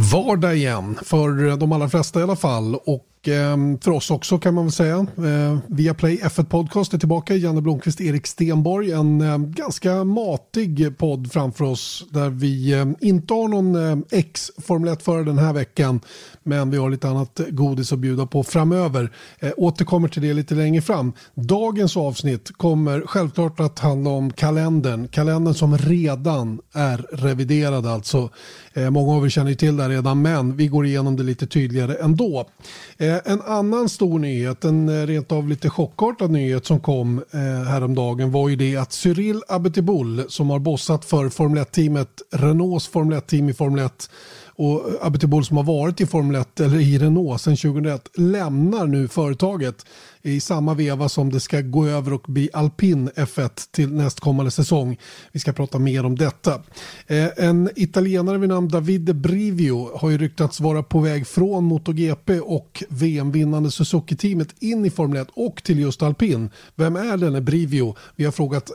Vardag igen, för de allra flesta i alla fall, och för oss också kan man väl säga. Viaplay F1 Podcast är tillbaka, Janne Blomqvist, Erik Stenborg, en ganska matig podd framför oss där vi inte har någon Formel 1-förare den här veckan, men vi har lite annat godis att bjuda på framöver. Återkommer till det lite längre fram. Dagens avsnitt kommer självklart att handla om kalendern som redan är reviderad alltså. Många av er känner till det redan, men vi går igenom det lite tydligare ändå. En annan stor nyhet, en rent av lite chockartad nyhet som kom häromdagen, var ju det att Cyril Abiteboul, som har bossat för Formel 1-teamet, Renaults Formel 1-team i Formel 1, och Abiteboul som har varit i Formel 1 eller i Renault sedan 2001, lämnar nu företaget i samma veva som det ska gå över och bli Alpin F1 till nästkommande säsong. Vi ska prata mer om detta. En italienare vid namn Davide Brivio har ju ryktats vara på väg från MotoGP och VM-vinnande Suzuki-teamet in i Formel 1 och till just Alpin. Vem är denne Brivio? Vi har frågat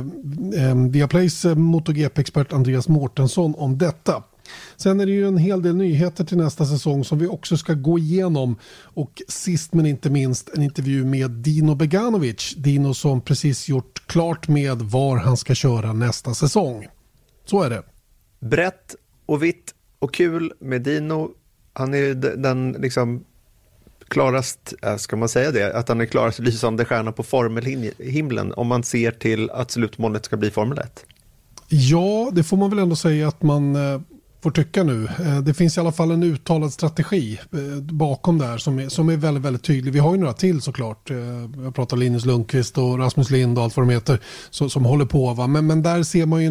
Viaplays MotoGP-expert Andreas Mårtensson om detta. Sen är det ju en hel del nyheter till nästa säsong som vi också ska gå igenom, och sist men inte minst en intervju med Dino Beganovic. Dino som precis gjort klart med var han ska köra nästa säsong. Så är det. Brett och vitt och kul med Dino. Han är den liksom klarast, ska man säga det, att han är klarast lysande stjärna på formelhimlen om man ser till att slutmålet ska bli Formel 1. Ja, det får man väl ändå säga att man får tycka nu. Det finns i alla fall en uttalad strategi bakom det här som är väldigt, väldigt tydlig. Vi har ju några till såklart. Jag pratar Linus Lundqvist och Rasmus Lind och allt vad de heter som håller på. Va? Men där ser man ju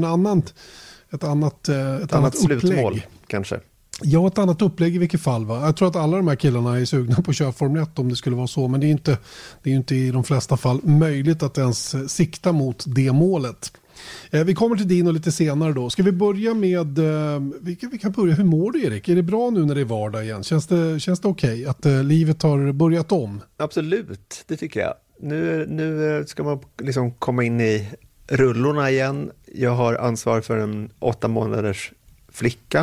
ett annat slutmål upplägg. Kanske. Ja, ett annat upplägg i vilket fall. Va? Jag tror att alla de här killarna är sugna på att köra Formel 1 om det skulle vara så. Men det är inte i de flesta fall möjligt att ens sikta mot det målet. Vi kommer till Dino lite senare då. Ska vi börja med, vi kan börja, hur mår du Erik? Är det bra nu när det är vardag igen? Känns det okej att livet har börjat om? Absolut, det tycker jag. Nu ska man liksom komma in i rullorna igen. Jag har ansvar för en 8 månaders flicka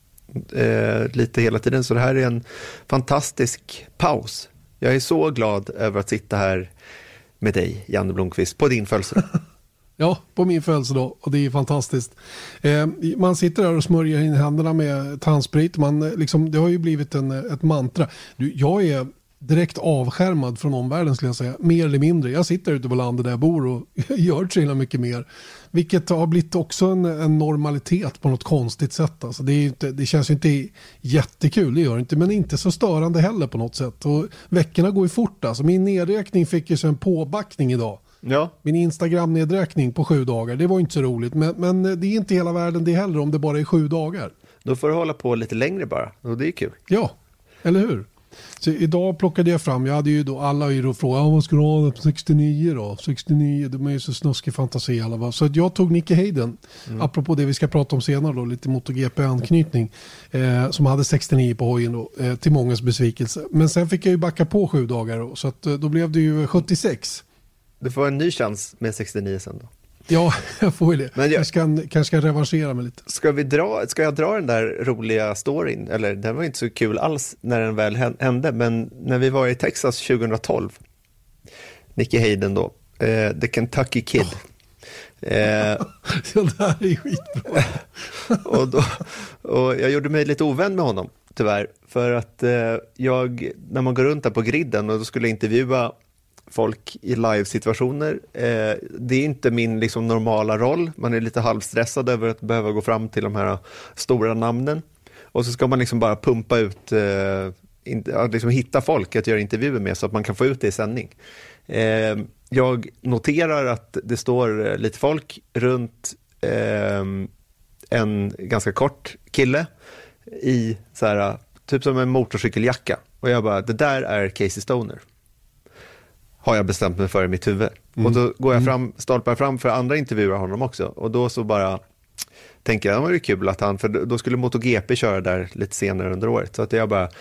lite hela tiden, så det här är en fantastisk paus. Jag är så glad över att sitta här med dig, Janne Blomqvist, på din födelsedag. Ja, på min födelsedag, och det är fantastiskt. Man sitter där och smörjer in händerna med tandsprit. Det har ju blivit ett mantra. Jag är direkt avskärmad från omvärlden skulle jag säga, mer eller mindre. Jag sitter ute på landet där jag bor och gör så himla mycket mer. Vilket har blivit också en normalitet på något konstigt sätt. Alltså det känns ju inte jättekul, det gör det inte, men inte så störande heller på något sätt. Och veckorna går ju fort. Alltså min nedräkning fick ju så en påbackning idag. Ja. Min Instagram-nedräkning på 7 dagar, det var inte så roligt. Men det är inte hela världen det heller om det bara är 7 dagar. Då får du hålla på lite längre bara, och det är kul. Ja, eller hur? Så idag plockade jag fram, jag hade ju då, alla ju då frågat, vad ska du ha på 69 då? 69, de är ju så snuskig fantasi alla va? Så att jag tog Nicky Hayden, apropå det vi ska prata om senare då, lite MotoGP-anknytning, som hade 69 på hojen då, till mångas besvikelse. Men sen fick jag ju backa på 7 dagar då, så att då blev det ju 76. Du får en ny chans med 69 sen då. Ja, jag får ju det. Men jag kanske ska revanschera mig lite. Ska jag dra den där roliga storyn? Eller den var inte så kul alls när den väl hände. Men när vi var i Texas 2012, Nicky Hayden då, The Kentucky Kid. Ja, det här är skitbra. och jag gjorde mig lite ovän med honom, tyvärr. För att när man går runt där på griden och då skulle intervjua folk i live-situationer. Det är inte min liksom normala roll. Man är lite halvstressad över att behöva gå fram till de här stora namnen. Och så ska man liksom bara pumpa ut, liksom hitta folk att göra intervjuer med så att man kan få ut det i sändning. Jag noterar att det står lite folk runt en ganska kort kille i så här, typ som en motorcykeljacka. Och jag bara, det där är Casey Stoner. Har jag bestämt mig för i mitt huvud. Och då går jag stolpar fram för andra intervjuer av honom också. Och då så bara tänker jag, det var ju kul att för då skulle MotoGP köra där lite senare under året. Så att jag bara,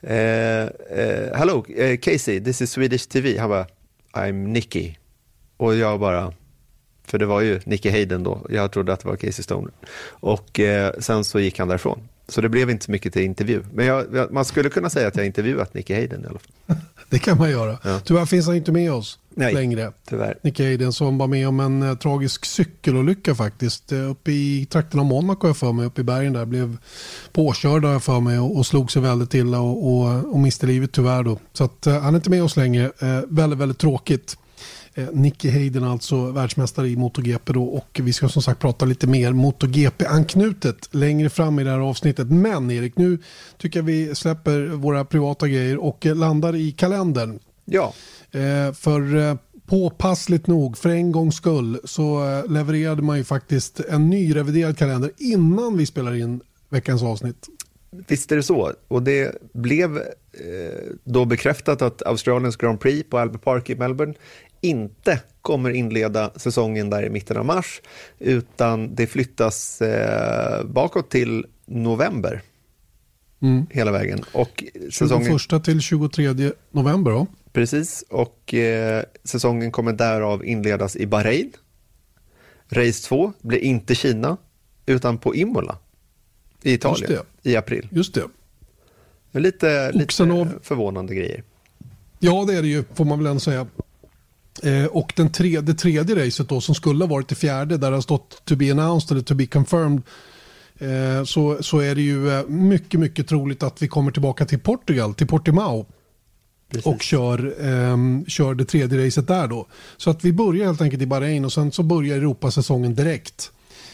hello Casey, this is Swedish TV. Han bara, I'm Nicky. Och jag bara, För det var ju Nicky Hayden då. Jag trodde att det var Casey Stoner. Och sen så gick han därifrån. Så det blev inte så mycket till intervju. Men man skulle kunna säga att jag intervjuat Nicky Hayden i alla fall. Det kan man göra. Ja. Tyvärr finns han inte med oss längre. Tyvärr. Nicky Hayden som var med om en tragisk cykelolycka faktiskt. Uppe i trakten av Monaco jag för mig, uppe i bergen där. Blev påkörd för mig och slog sig väldigt illa och miste livet tyvärr då. Så att han är inte med oss längre. Väldigt, väldigt tråkigt. Nicky Hayden alltså världsmästare i MotoGP då, och vi ska som sagt prata lite mer MotoGP-anknutet längre fram i det här avsnittet. Men Erik, nu tycker jag vi släpper våra privata grejer och landar i kalendern. Ja. För påpassligt nog, för en gångs skull, så levererade man ju faktiskt en ny reviderad kalender innan vi spelar in veckans avsnitt. Visst är det så. Och det blev då bekräftat att Australiens Grand Prix på Albert Park i Melbourne inte kommer inleda säsongen där i mitten av mars, utan det flyttas bakåt till november hela vägen. Och säsongen 21 till 23 november då. Precis, och säsongen kommer därav inledas i Bahrain. Race 2 blir inte Kina utan på Imola i Italien i april. Just det. Lite förvånande grejer. Ja, det är det ju, får man väl ändå säga. Och det tredje racet då, som skulle ha varit det fjärde, där det har stått to be announced eller to be confirmed, så är det ju mycket, mycket troligt att vi kommer tillbaka till Portugal, till Portimao. Precis. Och kör det tredje racet där då. Så att vi börjar helt enkelt i Bahrain och sen så börjar Europasäsongen direkt.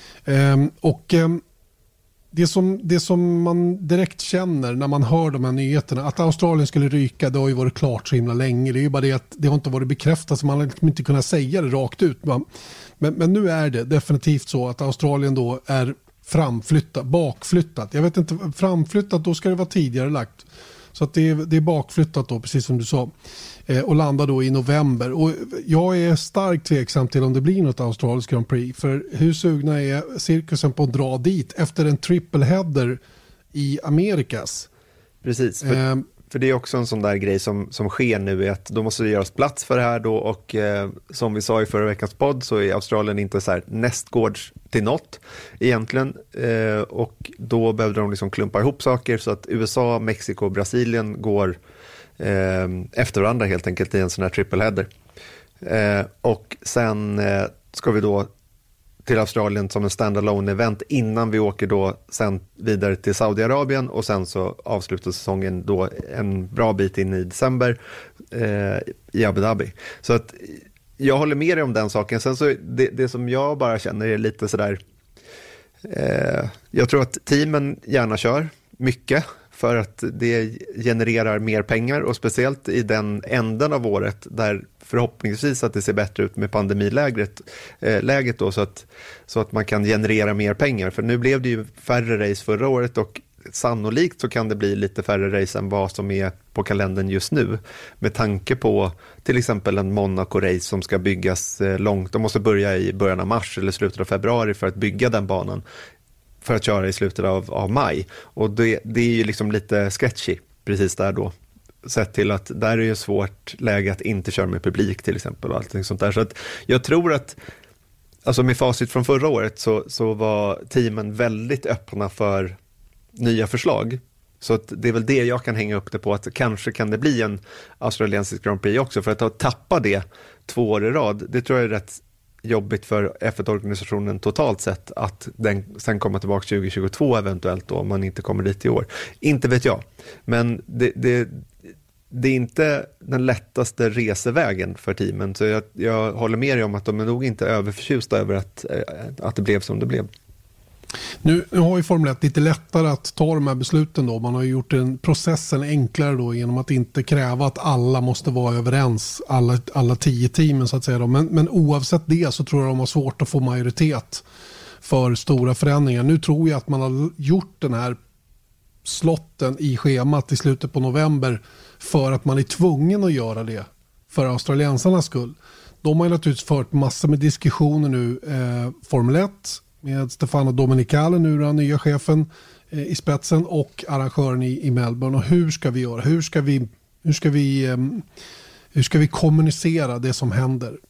Det som man direkt känner när man hör de här nyheterna, att Australien skulle ryka, det har ju varit klart så himla länge. Det är ju bara det att det har inte varit bekräftat, så man har liksom inte kunnat säga det rakt ut. Men nu är det definitivt så att Australien då är bakflyttat. Jag vet inte, framflyttat, då ska det vara tidigare lagt. Så att det är bakflyttat då, precis som du sa. Och landar då i november. Och jag är starkt tveksam till om det blir något Australisk Grand Prix. För hur sugna är cirkusen på att dra dit efter en triple header i Amerikas? Precis, för det är också en sån där grej som sker nu, är att då måste det göras plats för det här då, och som vi sa i förra veckans podd så är Australien inte så här nästgårds till något egentligen, och då behövde de liksom klumpa ihop saker så att USA, Mexiko och Brasilien går efter varandra helt enkelt i en sån här triple header. Och sen ska vi då till Australien som en standalone event innan vi åker då sen vidare till Saudiarabien, och sen så avslutar säsongen då en bra bit in i december i Abu Dhabi. Så att jag håller med dig om den saken. Sen så det som jag bara känner är lite sådär, jag tror att teamen gärna kör mycket för att det genererar mer pengar, och speciellt i den änden av året där förhoppningsvis att det ser bättre ut med pandemiläget då, så att man kan generera mer pengar. För nu blev det ju färre race förra året, och sannolikt så kan det bli lite färre race än vad som är på kalendern just nu, med tanke på till exempel en Monaco-race som ska byggas långt. De måste börja i början av mars eller slutet av februari för att bygga den banan, för att köra i slutet av maj. Och det är ju liksom lite sketchy precis där då. Sett till att där är ju svårt läge att inte köra med publik till exempel och allting sånt där. Så att jag tror att, alltså med facit från förra året så var teamen väldigt öppna för nya förslag. Så att det är väl det jag kan hänga upp det på, att kanske kan det bli en australiensisk Grand Prix också. För att tappa det 2 år i rad, det tror jag är rätt jobbigt för F1-organisationen totalt sett, att den sen kommer tillbaka 2022 eventuellt då, om man inte kommer dit i år. Inte vet jag. Men det är inte den lättaste resevägen för teamen, så jag håller med dig om att de är nog inte överförtjusta över att det blev som det blev. Nu har ju Formel 1 lite lättare att ta de här besluten då. Man har ju gjort processen enklare då genom att inte kräva att alla måste vara överens, alla 10 teamen så att säga då. Men oavsett det så tror jag de har svårt att få majoritet för stora förändringar. Nu tror jag att man har gjort den här slotten i schemat i slutet på november för att man är tvungen att göra det för australiensarnas skull. De har ju naturligtvis fört massor med diskussioner nu, Formel 1 med Stefano Domenicali nu, den nya chefen i spetsen, och arrangören i Melbourne. Och hur ska vi göra? Hur ska vi kommunicera det som händer?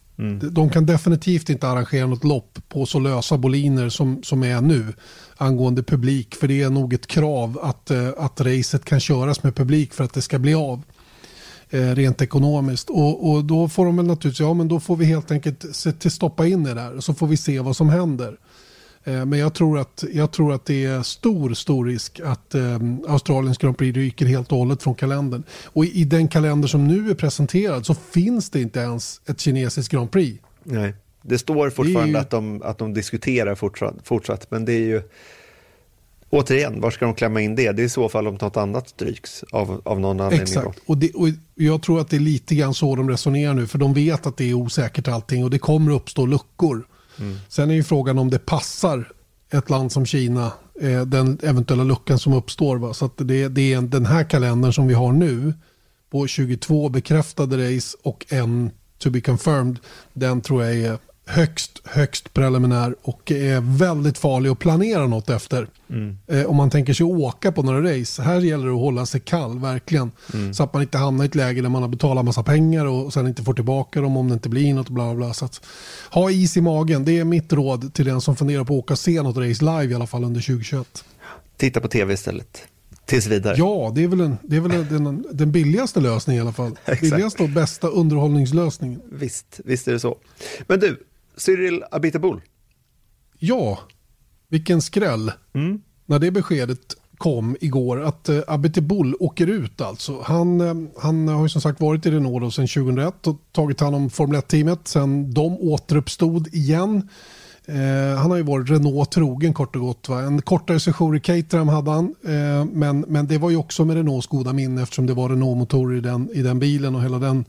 De kan definitivt inte arrangera något lopp på så lösa boliner som är nu angående publik. För det är nog ett krav att racet kan köras med publik för att det ska bli av. Rent ekonomiskt. Och då får de väl naturligtvis, men då får vi helt enkelt stoppa in det där. Och så får vi se vad som händer. Men jag tror att det är stor risk att Australiens Grand Prix ryker helt och hållet från kalendern. Och i den kalender som nu är presenterad så finns det inte ens ett kinesiskt Grand Prix. Nej, det står fortfarande att de diskuterar fortsatt. Men det är ju återigen, var ska de klämma in det? Det är i så fall om något annat stryks av någon anledning. Exakt, och jag tror att det är lite grann så de resonerar nu. För de vet att det är osäkert allting och det kommer uppstå luckor. Sen är ju frågan om det passar ett land som Kina, den eventuella luckan som uppstår. Va? Så att det är den här kalendern som vi har nu på 22 bekräftade race och en to be confirmed. Den tror jag är högst preliminär och är väldigt farlig att planera något efter. Om man tänker sig åka på några race. Här gäller det att hålla sig kall, verkligen. Så att man inte hamnar i ett läge där man har betalat massa pengar och sen inte får tillbaka dem om det inte blir något. Bla bla. Så att ha is i magen, det är mitt råd till den som funderar på att åka och se något race live i alla fall under 2021. Titta på tv istället. Tills vidare. Ja, det är väl den billigaste lösningen i alla fall. Billigaste och bästa underhållningslösningen. Visst är det så. Men du, Cyril Abiteboul. Ja, vilken skräll. När det beskedet kom igår att Abiteboul åker ut alltså. Han har ju som sagt varit i Renault sedan 2001 och tagit hand om Formel 1-teamet sen de återuppstod igen. Han har ju varit Renault trogen kort och gott. Va? En kortare session i Caterham hade han. Men det var ju också med Renaults goda minne eftersom det var Renault-motorer i den bilen och hela den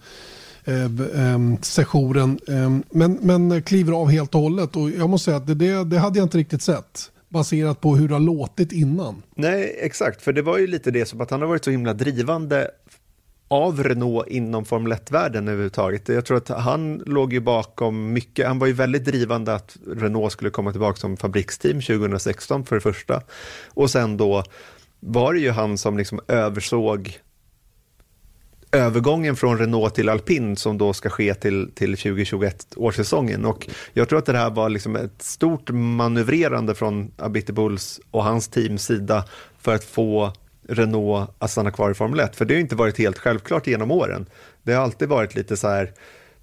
sessionen. Men kliver av helt och hållet. Och jag måste säga att det hade jag inte riktigt sett. Baserat på hur det har låtit innan. Nej, exakt. För det var ju lite det som att han har varit så himla drivande av Renault inom Formel 1-världen överhuvudtaget. Jag tror att han låg ju bakom mycket. Han var ju väldigt drivande att Renault skulle komma tillbaka som fabriksteam 2016 för det första. Och sen då var det ju han som liksom översåg övergången från Renault till Alpine som då ska ske till 2021 årssäsongen. Och jag tror att det här var liksom ett stort manövrerande från Abitebouls och hans teams sida för att få Renault att stanna kvar i Formel 1. För det har inte varit helt självklart genom åren. Det har alltid varit lite så här,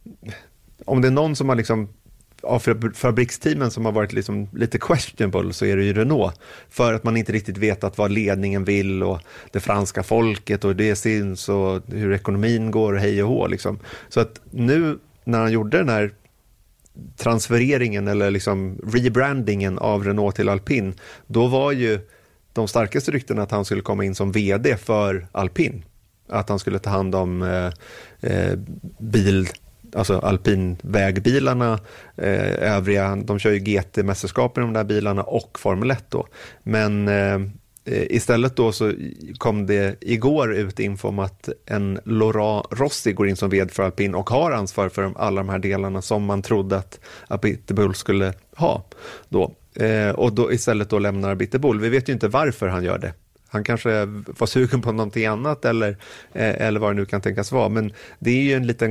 om det är någon som har liksom av fabriksteamen som har varit liksom lite questionable så är det ju Renault. För att man inte riktigt vet vad ledningen vill och det franska folket och det syns och hur ekonomin går och hej och hå liksom. Så att nu när han gjorde den här transfereringen eller liksom rebrandingen av Renault till Alpine, då var ju de starkaste ryktena att han skulle komma in som vd för Alpine. Att han skulle ta hand om alltså alpinvägbilarna, övriga, de kör ju GT-mästerskapen i de där bilarna och Formel 1 då. Men istället då så kom det igår ut info om att en Laurent Rossi går in som vd för Alpine och har ansvar för alla de här delarna som man trodde att Abiteboul skulle ha då. Och då istället då lämnar Abiteboul. Vi vet ju inte varför han gör det. Han kanske var sugen på någonting annat eller vad det nu kan tänkas vara. Men det är ju en liten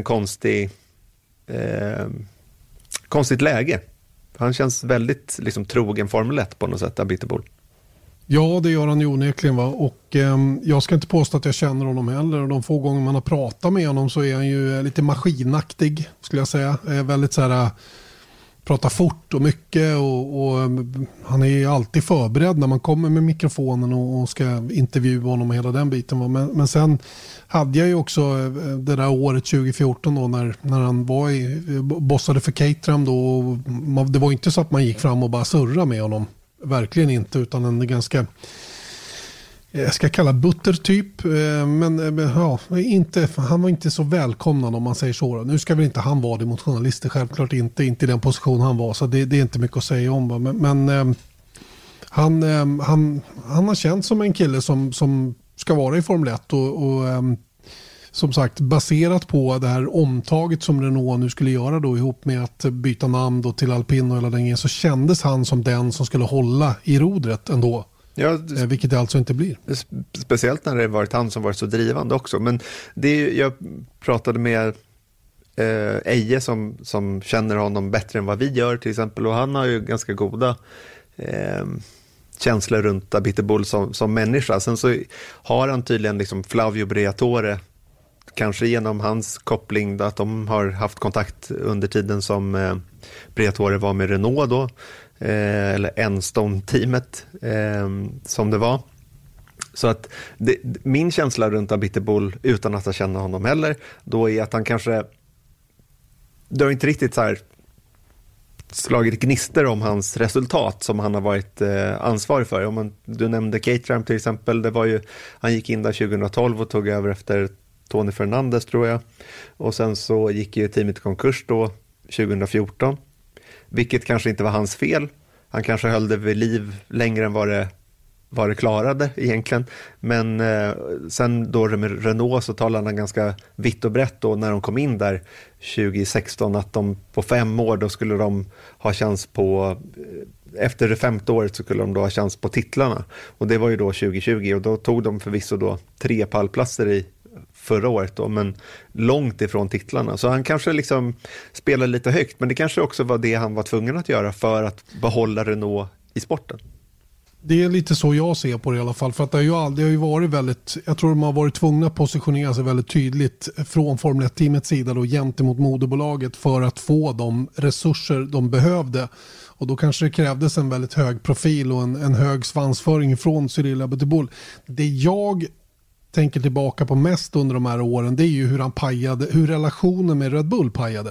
konstigt läge. Han känns väldigt liksom trogen Formel 1 på något sätt, Abiteboul. Ja, det gör han ju onekligen. Va? Och jag ska inte påstå att jag känner honom heller. Och de få gånger man har pratat med honom så är han ju lite maskinaktig, skulle jag säga. Väldigt så här, pratar fort och mycket och han är ju alltid förberedd när man kommer med mikrofonen och ska intervjua honom och hela den biten. Va? Men sen hade jag ju också det där året 2014 då när han bossade för Caterham då. Det var inte så att man gick fram och bara surra med honom. Verkligen inte, utan en ganska, jag ska kalla butter typ, men ja, han var inte så välkomnad om man säger så. Nu ska väl inte han vara det mot journalister, självklart inte i den position han var, så det är inte mycket att säga om. Men han har känt som en kille som ska vara i Formel 1 och som sagt, baserat på det här omtaget som Renault nu skulle göra då ihop med att byta namn då till Alpine och hela den grejen, så kändes han som den som skulle hålla i rodret ändå. Ja, vilket det alltså inte blir. Speciellt när det varit han som varit så drivande också. Men jag pratade med Eje som känner honom bättre än vad vi gör till exempel, och han har ju ganska goda känslor runt Abitibull som människa. Sen så har han tydligen liksom Flavio Briatore, kanske genom hans koppling att de har haft kontakt under tiden som Briatore var med Renault då, eller Enstone-teamet som det var. Så att min känsla runt Abitibull, utan att jag känner honom heller, då är att han kanske, det har inte riktigt så här slagit gnister om hans resultat som han har varit ansvarig för. Du nämnde Caterham till exempel, det var ju, han gick in där 2012 och tog över efter Tony Fernandes tror jag, och sen så gick ju teamet i konkurs då 2014, vilket kanske inte var hans fel. Han kanske höll det vid liv längre än vad det klarade egentligen, men sen då med Renault så talade han ganska vitt och brett då när de kom in där 2016 att de på 5 år då skulle de ha chans på, efter det 5:e året så skulle de då ha chans på titlarna, och det var ju då 2020, och då tog de förvisso då 3 pallplatser i förra året då, men långt ifrån titlarna. Så han kanske liksom spelar lite högt, men det kanske också var det han var tvungen att göra för att behålla Renault i sporten. Det är lite så jag ser på det i alla fall, för att det har ju varit väldigt, jag tror de har varit tvungna att positionera sig väldigt tydligt från Formel 1-teamets sida då gentemot moderbolaget för att få de resurser de behövde, och då kanske det krävdes en väldigt hög profil och en hög svansföring från Cyril Abiteboul. Det jag tänker tillbaka på mest under de här åren, det är ju hur han pajade, hur relationen med Red Bull pajade.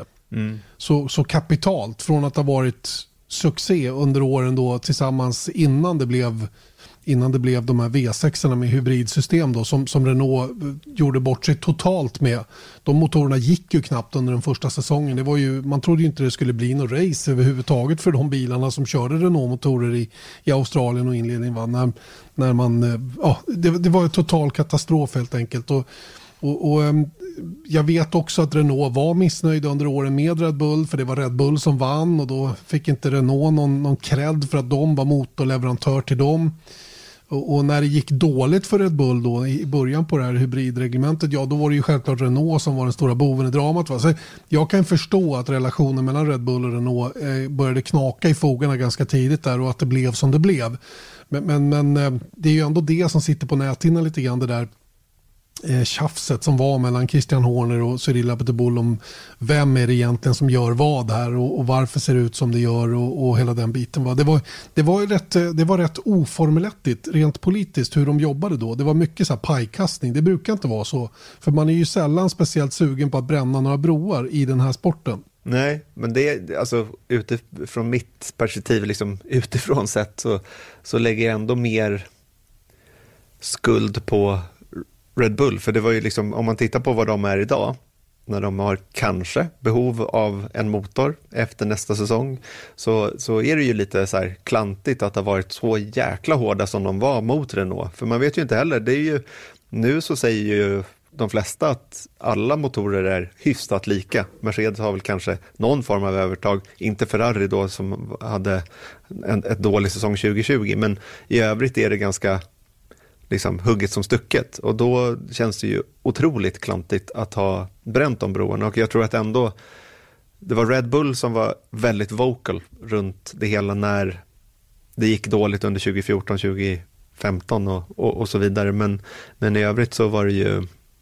Så kapitalt, från att ha varit succé under åren då tillsammans innan det blev de här V6-erna med hybridsystem då, som Renault gjorde bort sig totalt med. De motorerna gick ju knappt under den första säsongen. Det var ju, man trodde ju inte det skulle bli någon race överhuvudtaget för de bilarna som körde Renault-motorer i Australien och inledningen. Va? När man, det var en total katastrof helt enkelt. Och jag vet också att Renault var missnöjd under åren med Red Bull, för det var Red Bull som vann, och då fick inte Renault någon cred för att de var motorleverantör till dem. Och när det gick dåligt för Red Bull då i början på det här hybridreglementet, ja då var det ju självklart Renault som var den stora boven i dramat. Va? Så jag kan förstå att relationen mellan Red Bull och Renault började knaka i fogarna ganska tidigt där, och att det blev som det blev. Men det är ju ändå det som sitter på näthinnan lite grann, det där tjafset som var mellan Christian Horner och Cyril Abiteboul om vem är det egentligen som gör vad här, och varför ser det ut som det gör, och hela den biten. Va? Det var rätt oformelettigt rent politiskt hur de jobbade då. Det var mycket så här pajkastning. Det brukar inte vara så, för man är ju sällan speciellt sugen på att bränna några broar i den här sporten. Nej, men det är alltså utifrån mitt perspektiv liksom, utifrån sett så lägger jag ändå mer skuld på Red Bull, för det var ju liksom, om man tittar på vad de är idag, när de har kanske behov av en motor efter nästa säsong, så är det ju lite så här klantigt att det har varit så jäkla hårda som de var mot Renault, för man vet ju inte heller, det är ju, nu så säger ju de flesta att alla motorer är hyfsat lika. Mercedes har väl kanske någon form av övertag, inte Ferrari då som hade ett dålig säsong 2020, men i övrigt är det ganska liksom hugget som stucket, och då känns det ju otroligt klantigt att ha bränt de broarna, och jag tror att ändå det var Red Bull som var väldigt vocal runt det hela när det gick dåligt under 2014, 2015 och så vidare, men i övrigt så var det ju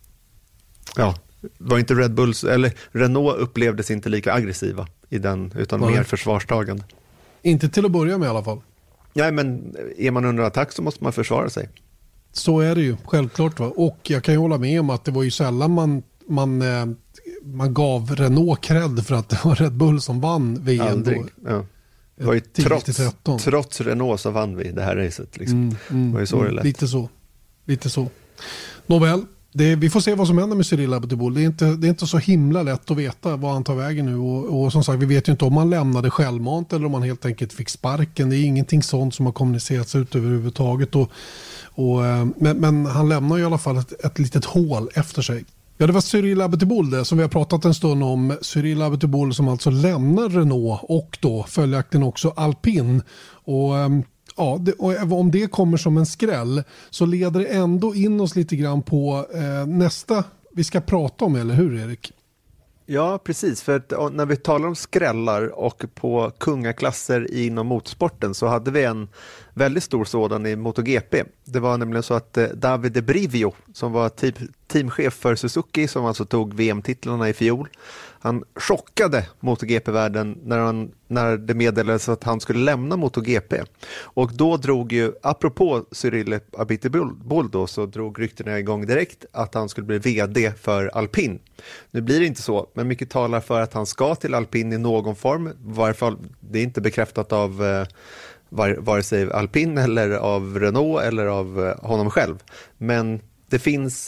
var inte Red Bulls, eller Renault upplevdes inte lika aggressiva i den, utan mer försvarstagande. Inte till att börja med i alla fall. Nej, men är man under attack så måste man försvara sig. Så är det ju, självklart. Va? Och jag kan ju hålla med om att det var ju sällan man gav Renault cred för att det var Red Bull som vann VM. Aldrig, ja. Det var ju trots Renault så vann vi det här racet. Liksom. Det var ju så det lät. Lite så. Nåväl, vi får se vad som händer med Cyril Abiteboul. Det är inte så himla lätt att veta vad han tar vägen nu. Och som sagt, vi vet ju inte om han lämnade självmant eller om han helt enkelt fick sparken. Det är ingenting sånt som har kommunicerats ut överhuvudtaget. Men han lämnar i alla fall ett litet hål efter sig. Ja, det var Cyril Abiteboul det som vi har pratat en stund om. Cyril Abiteboul som alltså lämnar Renault och då följaktligen också Alpine. Och om det kommer som en skräll så leder det ändå in oss lite grann på nästa vi ska prata om, eller hur Erik? Ja, precis. För att när vi talar om skrällar och på kungaklasser inom motorsporten så hade vi en väldigt stor sådan i MotoGP. Det var nämligen så att Davide De Brivio, som var teamchef för Suzuki, som alltså tog VM-titlarna i fjol, han chockade MotoGP-världen när det meddelades att han skulle lämna MotoGP. Och då drog ju, apropå Cyril Abiteboul då, så drog ryktena igång direkt att han skulle bli vd för Alpine. Nu blir det inte så, men mycket talar för att han ska till Alpine i någon form. I varje fall, det är inte bekräftat av vare sig Alpine eller av Renault eller av honom själv. Men det finns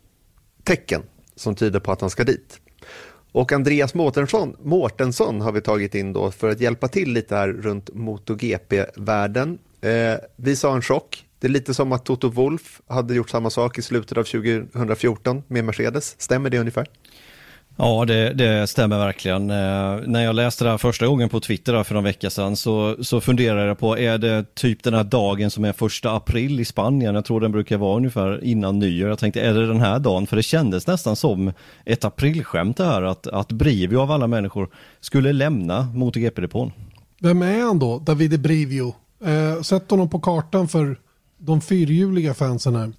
tecken som tyder på att han ska dit. Och Andreas Mårtensson har vi tagit in då för att hjälpa till lite här runt MotoGP-världen. Vi sa en chock. Det är lite som att Toto Wolff hade gjort samma sak i slutet av 2014 med Mercedes. Stämmer det ungefär? Ja, det stämmer verkligen. När jag läste det här första gången på Twitter för någon vecka sedan så funderade jag på, är det typ den här dagen som är 1 april i Spanien? Jag tror den brukar vara ungefär innan nyår. Jag tänkte, är det den här dagen? För det kändes nästan som ett aprilskämt det här, att Brivio av alla människor skulle lämna MotoGP-depån. Vem är han då, Davide Brivio? Sätt honom på kartan för de fyrhjuliga fansen här.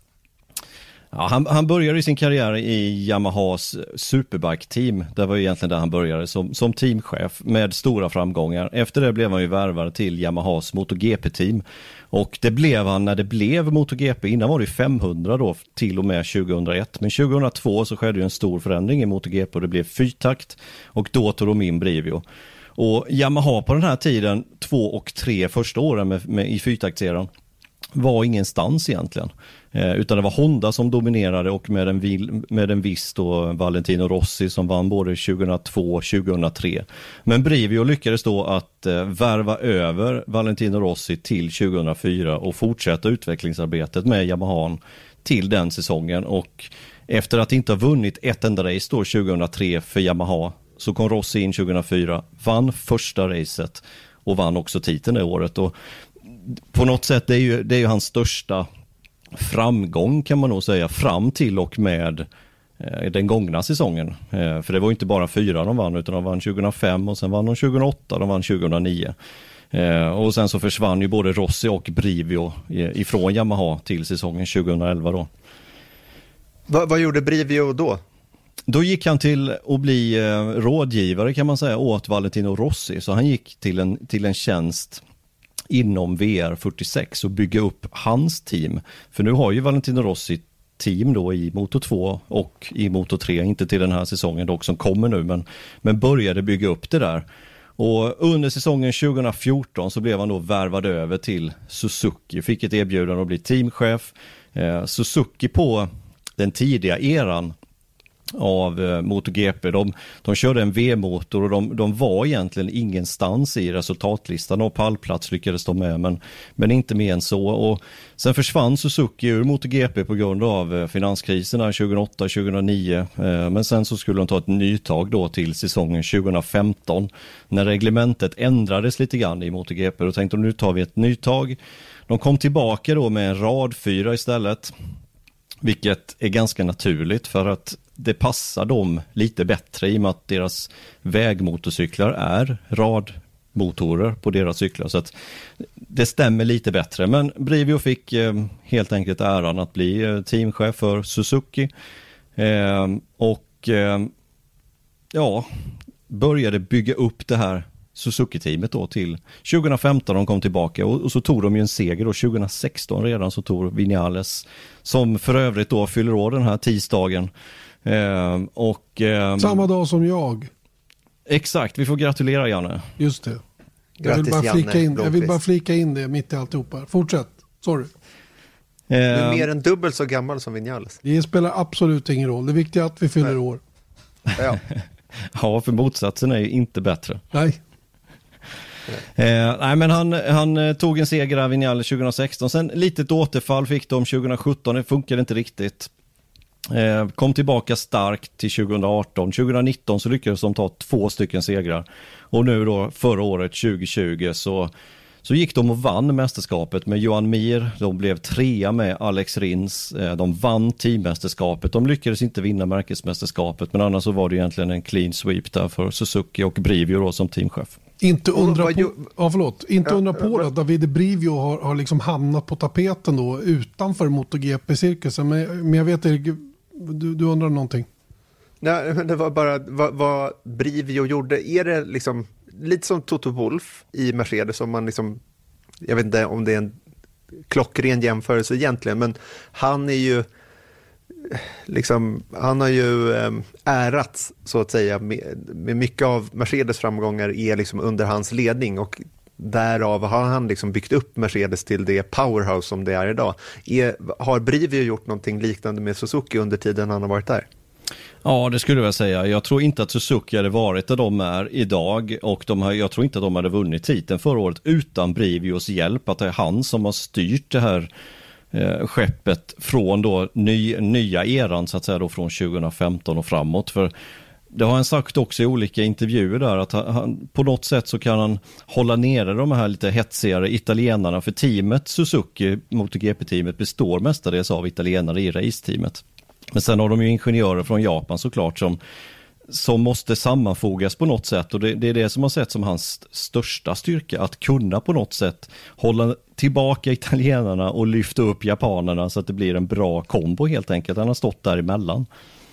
Ja, han började sin karriär i Yamahas Superbike-team. Det var ju egentligen där han började som teamchef med stora framgångar. Efter det blev han ju värvare till Yamahas MotoGP-team. Och det blev han när det blev MotoGP. Innan var det 500 då till och med 2001. Men 2002 så skedde ju en stor förändring i MotoGP och det blev fyrtakt. Och då tog de in Brivio. Och Yamaha på den här tiden, 2 och 3 första åren i fyrtaktseran, var ingenstans egentligen. Utan det var Honda som dominerade och med en viss då Valentino Rossi som vann både 2002 och 2003. Men Brivio lyckades då att värva över Valentino Rossi till 2004 och fortsätta utvecklingsarbetet med Yamaha till den säsongen. Och efter att inte ha vunnit ett enda race då 2003 för Yamaha så kom Rossi in 2004, vann första racet och vann också titeln det året. Och på något sätt det är ju hans största framgång kan man nog säga fram till och med den gångna säsongen. För det var inte bara 4 de vann utan de vann 2005 och sen vann de 2008, de vann 2009. Och sen så försvann ju både Rossi och Brivio ifrån Yamaha till säsongen 2011 då. Vad gjorde Brivio då? Då gick han till att bli rådgivare kan man säga åt Valentino Rossi. Så han gick till en tjänst inom VR46 och bygga upp hans team. För nu har ju Valentino Rossi team då i Moto 2 och i Moto 3, inte till den här säsongen dock som kommer nu, men började bygga upp det där. Och under säsongen 2014 så blev han då värvad över till Suzuki, fick ett erbjudande att bli teamchef. Suzuki på den tidiga eran av MotoGP. De körde en V-motor och de var egentligen ingenstans i resultatlistan och pallplats lyckades de med men inte mer än så. Och sen försvann Suzuki ur MotoGP på grund av finanskriserna 2008-2009 men sen så skulle de ta ett nytag då till säsongen 2015 när reglementet ändrades lite grann i MotoGP. Då tänkte de nu tar vi ett nytag. De kom tillbaka då med en radfyra istället, vilket är ganska naturligt för att det passar dem lite bättre i och med att deras vägmotorcyklar är radmotorer på deras cyklar. Så att det stämmer lite bättre. Men Brivio fick helt enkelt äran att bli teamchef för Suzuki. Började bygga upp det här Suzuki-teamet då till 2015 de kom tillbaka och så tog de ju en seger då 2016 redan så tog Vinales som för övrigt då fyller år den här tisdagen. Samma dag som jag. Exakt, vi får gratulera Janne. Just det. Grattis, jag vill bara flika in det mitt i alltihopa. Fortsätt, sorry. Du är mer än dubbelt så gammal som Vinales. Det spelar absolut ingen roll. Det viktiga är att vi fyller år. Ja. Ja, för motsatsen är ju inte bättre. Nej. Nej, men han tog en seger av Vinales 2016. Sen litet återfall fick de 2017. Det funkade inte riktigt. Kom tillbaka starkt till 2018. 2019 så lyckades de ta 2 stycken segrar. Och nu då förra året 2020 så Så gick de och vann mästerskapet med Johan Mir, de blev 3 med Alex Rins, de vann teammästerskapet, de lyckades inte vinna märkesmästerskapet, men annars så var det egentligen en clean sweep där för Suzuki och Brivio då som teamchef. Inte undra på att Davide Brivio har liksom hamnat på tapeten då utanför MotoGP-cirkusen, men jag vet du undrar någonting. Nej, men det var bara vad Brivio gjorde. Är det liksom lite som Toto Wolff i Mercedes, som man liksom, jag vet inte om det är en klockren jämförelse egentligen, men han är ju liksom, han har ju ärats så att säga med mycket av Mercedes framgångar är liksom under hans ledning, och därav har han liksom byggt upp Mercedes till det powerhouse som det är idag. Har Brivio gjort någonting liknande med Suzuki under tiden han har varit där? Ja, det skulle jag säga. Jag tror inte att Suzuki hade varit där de är idag, och jag tror inte att de hade vunnit titeln förra året utan Brivios hjälp. Att det är han som har styrt det här skeppet från då nya eran så att säga då, från 2015 och framåt. För det har han sagt också i olika intervjuer där, att han på något sätt så kan han hålla nere de här lite hetsigare italienarna, för teamet Suzuki, MotoGP-teamet, består mestadels av italienare i raceteamet. Men sen har de ju ingenjörer från Japan såklart som måste sammanfogas på något sätt, och det är det som har sett som hans största styrka, att kunna på något sätt hålla tillbaka italienarna och lyfta upp japanerna så att det blir en bra kombo helt enkelt. Han har stått däremellan.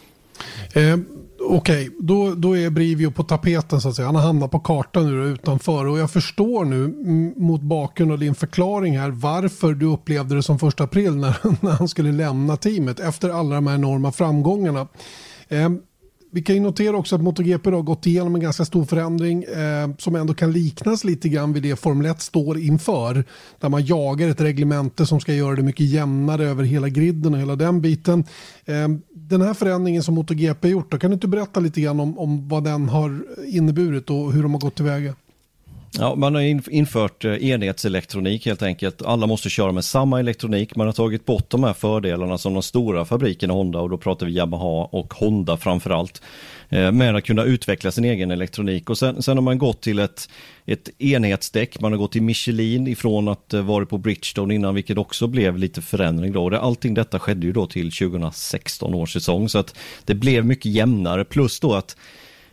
Okej, då är Brivio på tapeten så att säga. Han har hamnat på kartan nu utanför, och jag förstår nu mot bakgrund av din förklaring här varför du upplevde det som 1 april när han skulle lämna teamet efter alla de här enorma framgångarna. Vi kan ju notera också att MotoGP har gått igenom en ganska stor förändring som ändå kan liknas lite grann vid det Formel 1 står inför, där man jagar ett reglemente som ska göra det mycket jämnare över hela griden och hela den biten. Den här förändringen som MotoGP har gjort, då kan du inte berätta lite grann om vad den har inneburit och hur de har gått tillväga? Ja, man har infört enhetselektronik helt enkelt. Alla måste köra med samma elektronik. Man har tagit bort de här fördelarna som de stora fabrikerna Honda, och då pratar vi Yamaha och Honda framförallt, med att kunna utveckla sin egen elektronik. Och sen har man gått till ett enhetsdäck. Man har gått till Michelin ifrån att vara på Bridgestone innan, vilket också blev lite förändring då. Allting detta skedde ju då till 2016 års säsong, så att det blev mycket jämnare, plus då att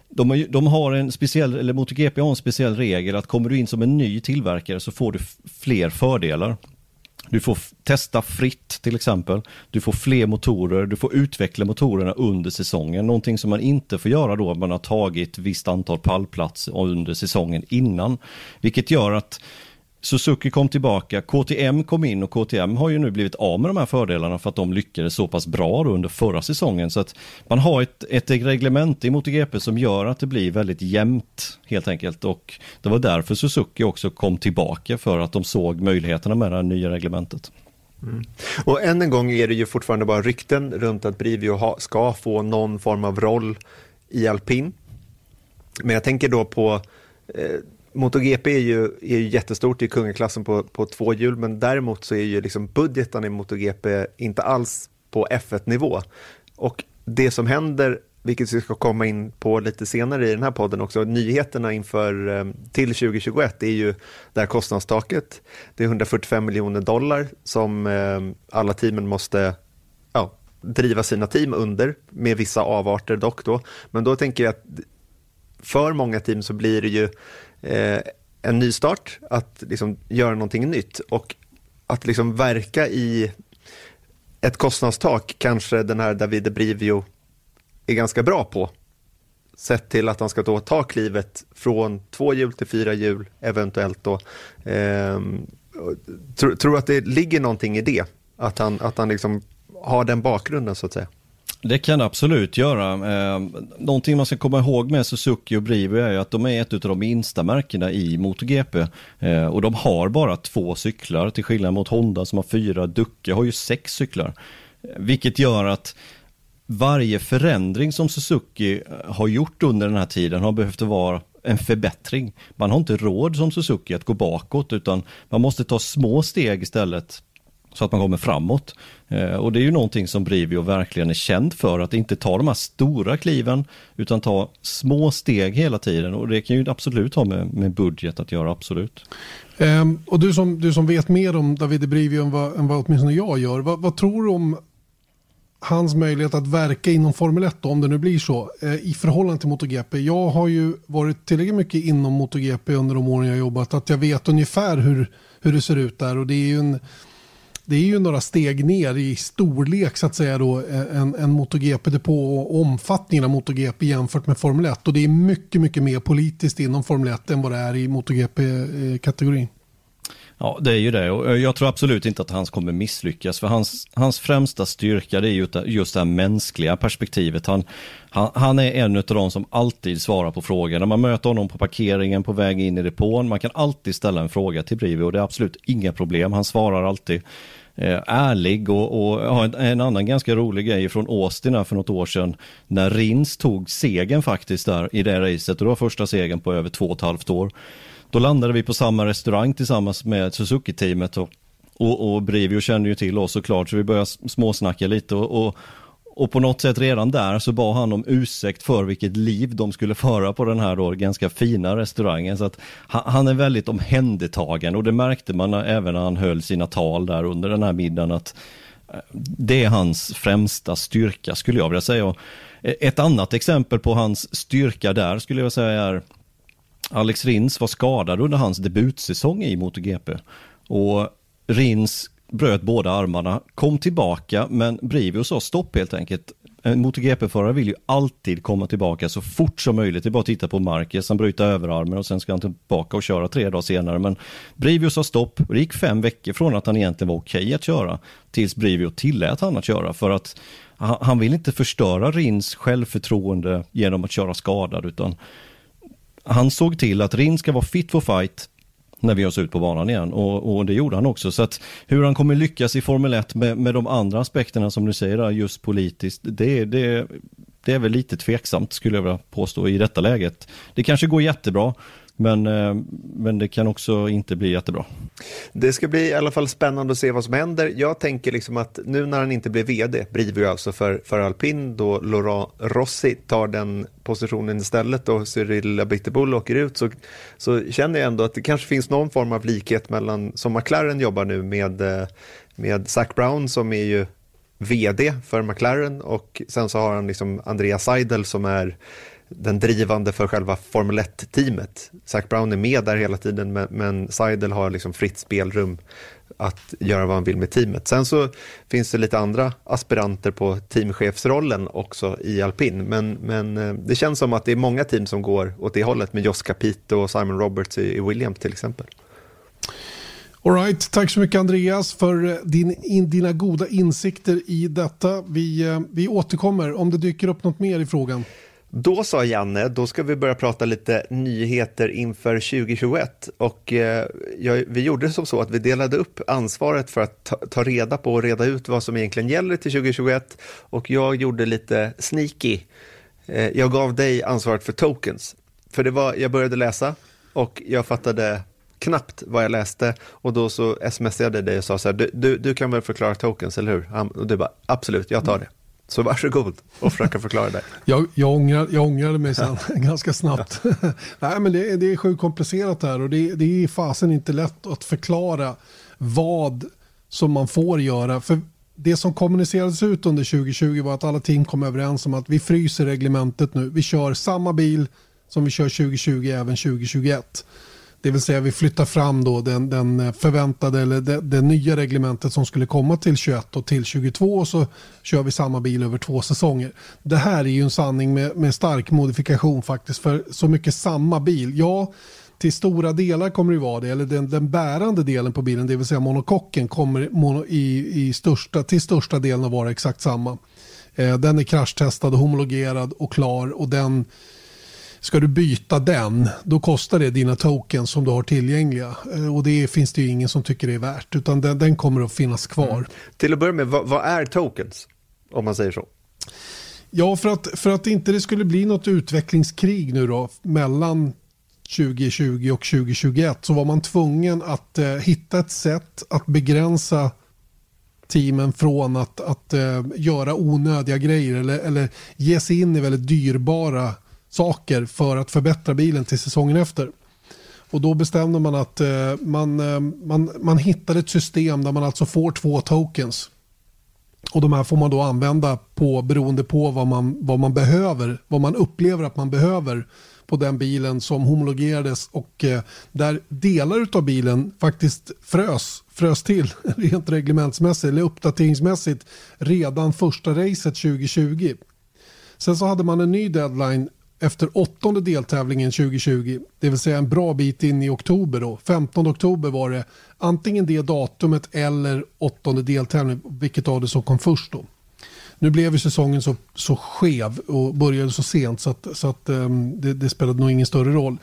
de har en speciell, eller MotoGP har en speciell regel att kommer du in som en ny tillverkare så får du fler fördelar. Du får testa fritt till exempel, du får fler motorer, du får utveckla motorerna under säsongen, någonting som man inte får göra då man har tagit visst antal pallplats under säsongen innan, vilket gör att Suzuki kom tillbaka, KTM kom in, och KTM har ju nu blivit av med de här fördelarna för att de lyckades så pass bra under förra säsongen, så att man har ett reglement i MotoGP som gör att det blir väldigt jämnt helt enkelt, och det var därför Suzuki också kom tillbaka, för att de såg möjligheterna med det här nya reglementet. Mm. Och än en gång är det ju fortfarande bara rykten runt att Brivio ska få någon form av roll i alpin, men jag tänker då på MotoGP är ju jättestort i kungaklassen på 2 hjul, men däremot så är ju liksom budgeten i MotoGP inte alls på F1-nivå. Och det som händer, vilket vi ska komma in på lite senare i den här podden också, nyheterna inför till 2021 är ju det här kostnadstaket. Det är $145 miljoner som alla teamen måste driva sina team under, med vissa avarter dock då. Men då tänker jag att för många team så blir det ju en ny start, att liksom göra någonting nytt, och att liksom verka i ett kostnadstak kanske den här Davide Brivio är ganska bra på, sett till att han ska då ta klivet från 2 hjul till 4 hjul eventuellt då. Tror att det ligger någonting i det, att han liksom har den bakgrunden så att säga. Det kan absolut göra. Någonting man ska komma ihåg med Suzuki och Brivio är ju att de är ett av de minsta märkena i MotoGP. Och de har bara 2 cyklar, till skillnad mot Honda som har 4, Ducati har ju 6 cyklar. Vilket gör att varje förändring som Suzuki har gjort under den här tiden har behövt vara en förbättring. Man har inte råd som Suzuki att gå bakåt, utan man måste ta små steg istället, så att man kommer framåt. Och det är ju någonting som Brivio verkligen är känd för, att inte ta de här stora kliven utan ta små steg hela tiden, och det kan ju absolut ha med budget att göra, absolut. Och du som vet mer om Davide Brivio än vad åtminstone jag gör, vad tror du om hans möjlighet att verka inom Formel 1 då, om det nu blir så, i förhållande till MotoGP? Jag har ju varit tillräckligt mycket inom MotoGP under de åren jag jobbat att jag vet ungefär hur det ser ut där, och det är ju några steg ner i storlek så att säga då, en MotoGP-depå och omfattningen av MotoGP jämfört med Formel 1, och det är mycket, mycket mer politiskt inom Formel 1 än vad det är i MotoGP-kategorin. Ja, det är ju det, och jag tror absolut inte att han kommer misslyckas, för hans främsta styrka, det är ju just det här mänskliga perspektivet. Han är en av de som alltid svarar på frågor. När man möter honom på parkeringen på väg in i depån, man kan alltid ställa en fråga till Brivio, och det är absolut inga problem. Han svarar alltid ärlig, och har en annan ganska rolig grej från Austin här för något år sedan, när Rins tog segern faktiskt där i det racet, och det var första segern på över 2,5 år. Då landade vi på samma restaurang tillsammans med Suzuki-teamet, och Brivio kände ju till oss såklart, så vi började småsnacka lite, och på något sätt redan där så bad han om ursäkt för vilket liv de skulle föra på den här då ganska fina restaurangen. Så att han är väldigt omhändertagen, och det märkte man även när han höll sina tal där under den här middagen, att det är hans främsta styrka, skulle jag vilja säga. Och ett annat exempel på hans styrka där skulle jag säga är Alex Rins var skadad under hans debutsäsong i MotoGP, och Rins bröt båda armarna, kom tillbaka, men Brivio sa stopp helt enkelt. En MotoGP-förare vill ju alltid komma tillbaka så fort som möjligt. Det är bara att titta på Marquez, han bryter överarmen och sen ska han tillbaka och köra 3 dagar senare. Men Brivio sa stopp, och det gick 5 veckor från att han egentligen var okej att köra tills Brivio tillät han att köra, för att han vill inte förstöra Rins självförtroende genom att köra skadad, utan han såg till att Rins ska vara fit for fight när vi oss ut på banan igen, och det gjorde han också. Så att hur han kommer lyckas i Formel 1 med de andra aspekterna som du säger där, just politiskt, det är väl lite tveksamt skulle jag vilja påstå i detta läget. Det kanske går jättebra, men det kan också inte bli jättebra. Det ska bli i alla fall spännande att se vad som händer. Jag tänker liksom att nu när han inte blir vd, Brivio alltså för Alpine, då Laurent Rossi tar den positionen istället och Cyril Abiteboul åker ut, så känner jag ändå att det kanske finns någon form av likhet mellan, som McLaren jobbar nu med Zak Brown som är ju vd för McLaren, och sen så har han liksom Andreas Seidel som är den drivande för själva Formel 1-teamet. Zak Brown är med där hela tiden, men Seidel har liksom fritt spelrum att göra vad han vill med teamet. Sen så finns det lite andra aspiranter på teamchefsrollen också i Alpine, men det känns som att det är många team som går åt det hållet, med Jos Capito och Simon Roberts i Williams till exempel. All right, tack så mycket Andreas för dina goda insikter i detta. Vi återkommer om det dyker upp något mer i frågan. Då sa Janne, då ska vi börja prata lite nyheter inför 2021, och vi gjorde som så att vi delade upp ansvaret för att ta reda på och reda ut vad som egentligen gäller till 2021, och jag gjorde lite sneaky. Jag gav dig ansvaret för tokens, för jag började läsa och jag fattade knappt vad jag läste, och då så smsade jag dig och sa så här, du kan väl förklara tokens, eller hur? Och du bara, absolut, jag tar det. Så varsågod och försöka förklara det. Jag ångrade mig sen ganska snabbt. Nej, men det är sjukt komplicerat här, och det är fasen inte lätt att förklara vad som man får göra. För det som kommunicerades ut under 2020 var att alla team kom överens om att vi fryser reglementet nu. Vi kör samma bil som vi kör 2020 även 2021. Det vill säga vi flyttar fram då den förväntade eller det nya reglementet som skulle komma till 21 och till 22, och så kör vi samma bil över 2 säsonger. Det här är ju en sanning med stark modifikation faktiskt, för så mycket samma bil. Ja, till stora delar kommer det vara det, eller den bärande delen på bilen, det vill säga monokocken, kommer till största delen att vara exakt samma. Den är kraschtestad och homologerad och klar, och ska du byta den, då kostar det dina tokens som du har tillgängliga. Och det finns det ju ingen som tycker det är värt, utan den kommer att finnas kvar. Mm. Till att börja med, vad är tokens, om man säger så? Ja, för att inte det skulle bli något utvecklingskrig nu då mellan 2020 och 2021, så var man tvungen att hitta ett sätt att begränsa teamen från att göra onödiga grejer eller ge sig in i väldigt dyrbara saker för att förbättra bilen till säsongen efter. Och då bestämde man att man hittar ett system där man alltså får 2 tokens. Och de här får man då använda beroende på vad man behöver, vad man upplever att man behöver på den bilen som homologerades, och där delar av bilen faktiskt frös till rent reglementsmässigt eller uppdateringsmässigt redan första racet 2020. Sen så hade man en ny deadline efter 8:e deltävlingen 2020, det vill säga en bra bit in i oktober då. 15 oktober var det antingen det datumet eller 8:e deltävlingen, vilket av det som kom först då. Nu blev ju säsongen så skev och började så sent så att det spelade nog ingen större roll.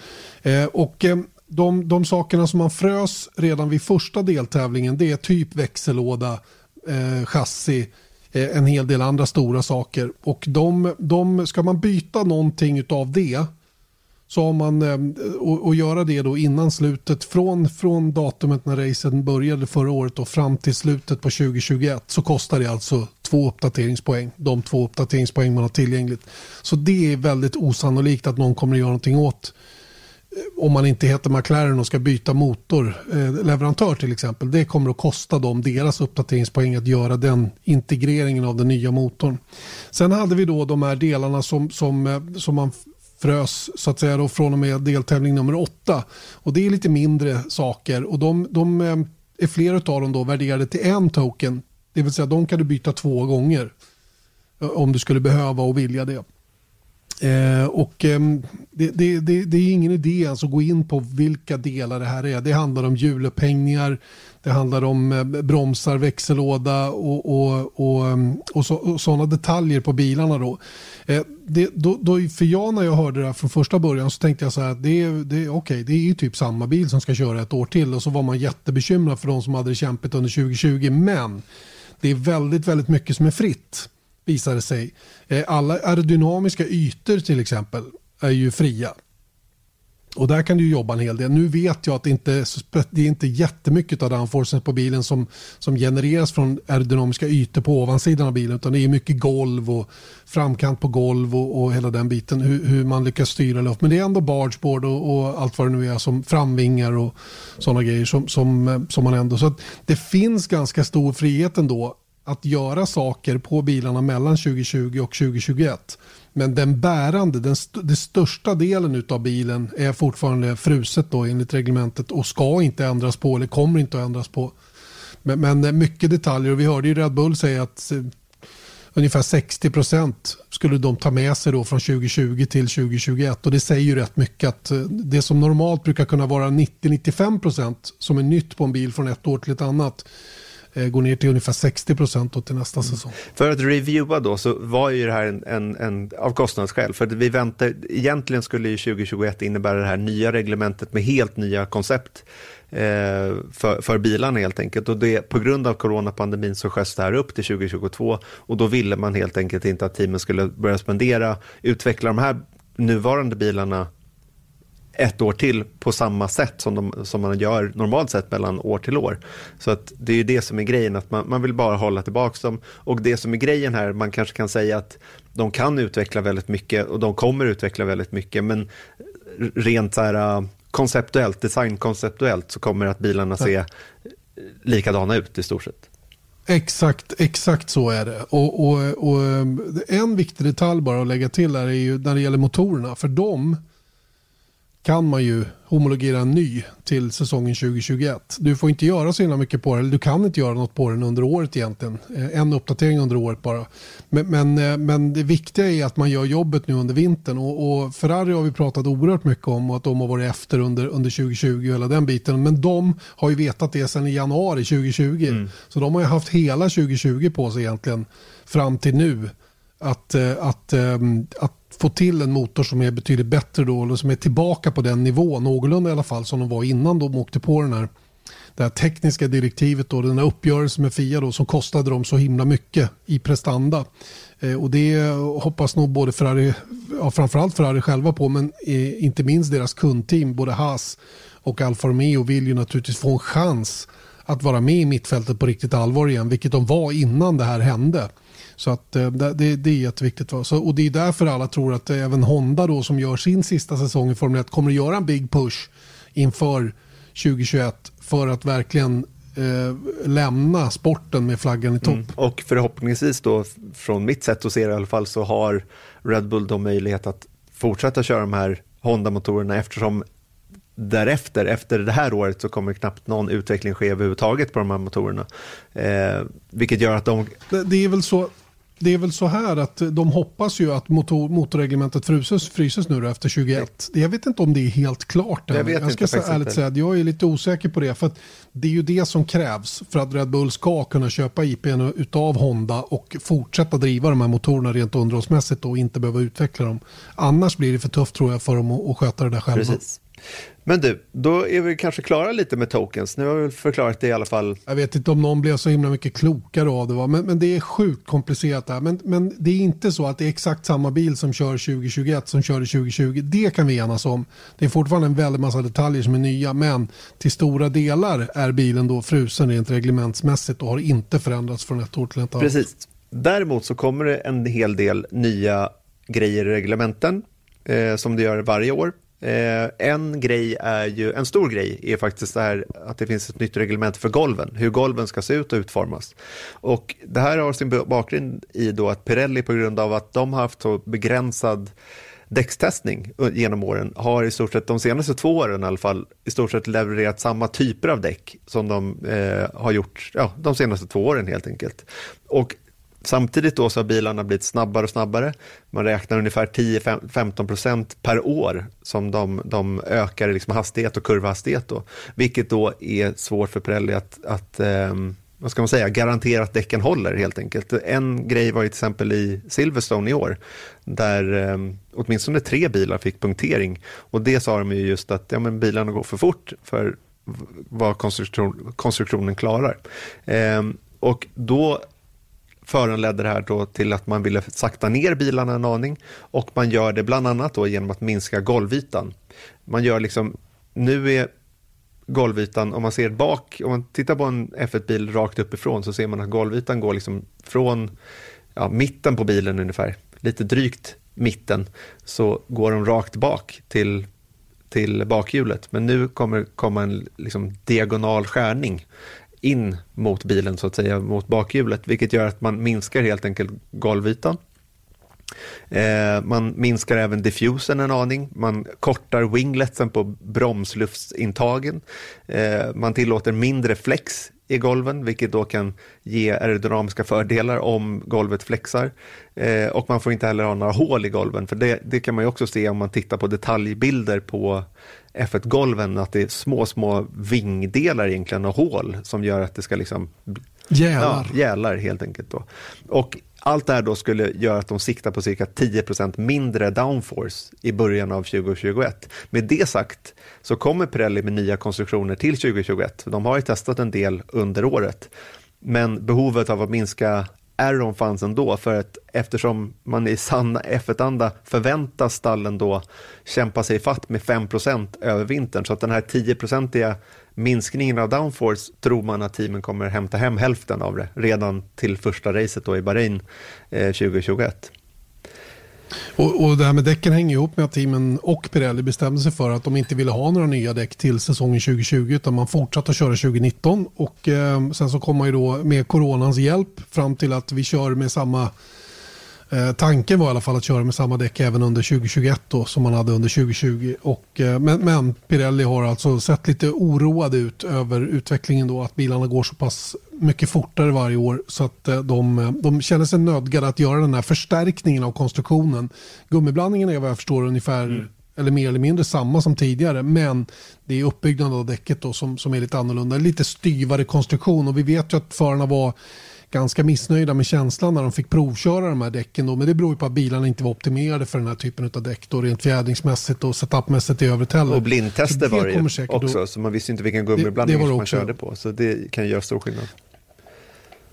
De sakerna som man frös redan vid första deltävlingen, det är typ växellåda, chassi, en hel del andra stora saker. Och ska man byta någonting utav det, så har man och göra det då innan slutet från datumet när racen började förra året och fram till slutet på 2021, så kostar det alltså 2 uppdateringspoäng. De 2 uppdateringspoäng man har tillgängligt. Så det är väldigt osannolikt att någon kommer att göra någonting åt, om man inte heter McLaren och ska byta motorleverantör till exempel. Det kommer att kosta dem deras uppdateringspoäng att göra den integreringen av den nya motorn. Sen hade vi då de här delarna som man frös så att säga då från och med deltävling nummer 8. Och det är lite mindre saker, och de är flera av dem då värderade till 1 token. Det vill säga de kan du byta 2 gånger om du skulle behöva och vilja det. Det är ingen idé alltså att gå in på vilka delar det här är. Det handlar om hjulupphängningar, det handlar om bromsar, växellåda och sådana detaljer på bilarna då. För jag, när jag hörde det här från första början, så tänkte jag så här att det är ju typ samma bil som ska köra ett år till, och så var man jättebekymrad för de som hade kämpat under 2020, men det är väldigt, väldigt mycket som är fritt, visar det sig. Alla aerodynamiska ytor till exempel är ju fria. Och där kan du jobba en hel del. Nu vet jag att det är inte jättemycket av downforcen på bilen som genereras från aerodynamiska ytor på ovansidan av bilen, utan det är mycket golv och framkant på golv och hela den biten, hur man lyckas styra luft. Men det är ändå bargeboard och allt vad det nu är, som framvingar och sådana grejer som man ändå... Så att det finns ganska stor frihet ändå att göra saker på bilarna mellan 2020 och 2021. Men den största delen av bilen är fortfarande fruset då enligt reglementet och ska inte ändras på, eller kommer inte att ändras på. Men mycket detaljer, och vi hörde ju Red Bull säga att ungefär 60% skulle de ta med sig då från 2020 till 2021, och det säger ju rätt mycket att det som normalt brukar kunna vara 90-95% som är nytt på en bil från ett år till ett annat går ner till ungefär 60% till nästa säsong. För att reviewa då, så var ju det här en av kostnadsskäl. För att vi väntar, egentligen skulle ju 2021 innebära det här nya reglementet med helt nya koncept för bilarna helt enkelt. Och det, på grund av coronapandemin så sköts det här upp till 2022, och då ville man helt enkelt inte att teamen skulle börja utveckla de här nuvarande bilarna ett år till på samma sätt som man gör normalt sett mellan år till år. Så att det är ju det som är grejen, att man vill bara hålla tillbaka dem. Och det som är grejen här, man kanske kan säga att de kan utveckla väldigt mycket och de kommer utveckla väldigt mycket, men rent så här designkonceptuellt så kommer att bilarna se likadana ut i stort sett. Exakt så är det. Och en viktig detalj bara att lägga till här är ju när det gäller motorerna, för dem kan man ju homologera en ny till säsongen 2021. Du får inte göra så himla mycket på det, eller du kan inte göra något på den under året egentligen. En uppdatering under året bara. Men det viktiga är att man gör jobbet nu under vintern, och Ferrari har vi pratat oerhört mycket om, och att de har varit efter under 2020 och hela den biten. Men de har ju vetat det sedan i januari 2020. Så de har ju haft hela 2020 på sig egentligen fram till nu att få till en motor som är betydligt bättre då, eller som är tillbaka på den nivå, någorlunda i alla fall, som de var innan de åkte på det här tekniska direktivet då, den här uppgörelsen med FIA då, som kostade dem så himla mycket i prestanda. Och det hoppas nog både Ferrari, framförallt Ferrari själva på, men inte minst deras kundteam, både Haas och Alfa Romeo, vill ju naturligtvis få en chans att vara med i mittfältet på riktigt allvar igen, vilket de var innan det här hände. Så att det är jätteviktigt. Och det är därför alla tror att även Honda då, som gör sin sista säsong i Formel 1, kommer att göra en big push inför 2021 för att verkligen lämna sporten med flaggan i topp. Och förhoppningsvis då, från mitt sätt att se det i alla fall, så har Red Bull då möjlighet att fortsätta köra de här Honda-motorerna, eftersom därefter, efter det här året, så kommer knappt någon utveckling ske överhuvudtaget på de här motorerna. Vilket gör att de... Det är väl så här att de hoppas ju att motorreglementet fryses nu då efter 21. Jag vet inte om det är helt klart. Jag ska ärligt säga att jag är lite osäker på det, för att det är ju det som krävs för att Red Bull ska kunna köpa IP:n utav Honda och fortsätta driva de här motorerna rent underhållsmässigt och inte behöva utveckla dem. Annars blir det för tufft, tror jag, för dem att sköta det där själva. Precis. Men du, då är vi kanske klara lite med tokens. Nu har vi förklarat det i alla fall. Jag vet inte om någon blev så himla mycket klokare av det, men det är sjukt komplicerat där. Men det är inte så att det är exakt samma bil som kör 2021 som kör 2020. Det kan vi enas om. Det är fortfarande en väldigt massa detaljer som är nya, men till stora delar är bilen då frusen rent reglementsmässigt och har inte förändrats från ett år till ett annat. Precis. Däremot så kommer det en hel del nya grejer i reglementen som det gör varje år. En stor grej är faktiskt det här att det finns ett nytt reglement för golven, hur golven ska se ut och utformas. Och det här har sin bakgrund i då att Pirelli, på grund av att de har haft så begränsad däckstestning genom åren, har i stort sett de senaste 2 åren i alla fall i stort sett levererat samma typer av däck som de har gjort de senaste 2 åren helt enkelt. Och samtidigt då så har bilarna blivit snabbare och snabbare. Man räknar ungefär 10-15% per år som de ökar liksom hastighet och kurvhastighet då. Vilket då är svårt för Pirelli att vad ska man säga, garantera att däcken håller helt enkelt. En grej var ju till exempel i Silverstone i år, där åtminstone 3 bilar fick punktering. Och det sa de ju just att bilarna går för fort för vad konstruktionen klarar. Och då föranledde det här då till att man ville sakta ner bilarna en aning, och man gör det bland annat då genom att minska golvytan. Man gör liksom, nu är golvytan, om man ser bak, om man tittar på en F1-bil rakt uppifrån, så ser man att golvytan går liksom från mitten på bilen ungefär, lite drygt mitten, så går de rakt bak till bakhjulet. Men nu kommer komma en liksom diagonal skärning in mot bilen så att säga, mot bakhjulet, vilket gör att man minskar helt enkelt golvytan. Man minskar även diffusen en aning, man kortar wingletsen på bromsluftsintagen, man tillåter mindre flex i golven, vilket då kan ge aerodynamiska fördelar om golvet flexar, och man får inte heller ha några hål i golven, för det kan man ju också se om man tittar på detaljbilder på F1-golven, att det är små vingdelar egentligen och hål som gör att det ska liksom gälar helt enkelt då. Och allt det här då skulle göra att de siktar på cirka 10% mindre downforce i början av 2021. Med det sagt så kommer Pirelli med nya konstruktioner till 2021. De har ju testat en del under året. Men behovet av att minska Aeron fanns ändå, för att eftersom man i sann F1-anda förväntas stallen då kämpa sig fatt med 5% över vintern. Så att den här 10-procentiga minskningen av downforce tror man att teamen kommer hämta hem hälften av det redan till första racet då i Bahrain 2021. Och det här med däcken hänger ihop med att teamen och Pirelli bestämde sig för att de inte ville ha några nya däck till säsongen 2020, utan man fortsatte att köra 2019, och sen så kom man ju då med coronans hjälp fram till att vi kör med samma tanken var i alla fall att köra med samma däck även under 2021 då, som man hade under 2020. Men Pirelli har alltså sett lite oroad ut över utvecklingen då, att bilarna går så pass mycket fortare varje år, så att de känner sig nödgade att göra den här förstärkningen av konstruktionen. Gummiblandningen är vad jag förstår ungefär eller mer eller mindre samma som tidigare, men det är uppbyggnaden av däcket då som är lite annorlunda, lite styvare konstruktion, och vi vet ju att förarna var ganska missnöjda med känslan när de fick provköra de här däcken då, men det beror ju på att bilarna inte var optimerade för den här typen av däck då, rent fjädringsmässigt och setupmässigt i övrigt heller. Och blindtester var det också, så man visste inte vilken gummiblandning man körde på, så det kan göra stor skillnad.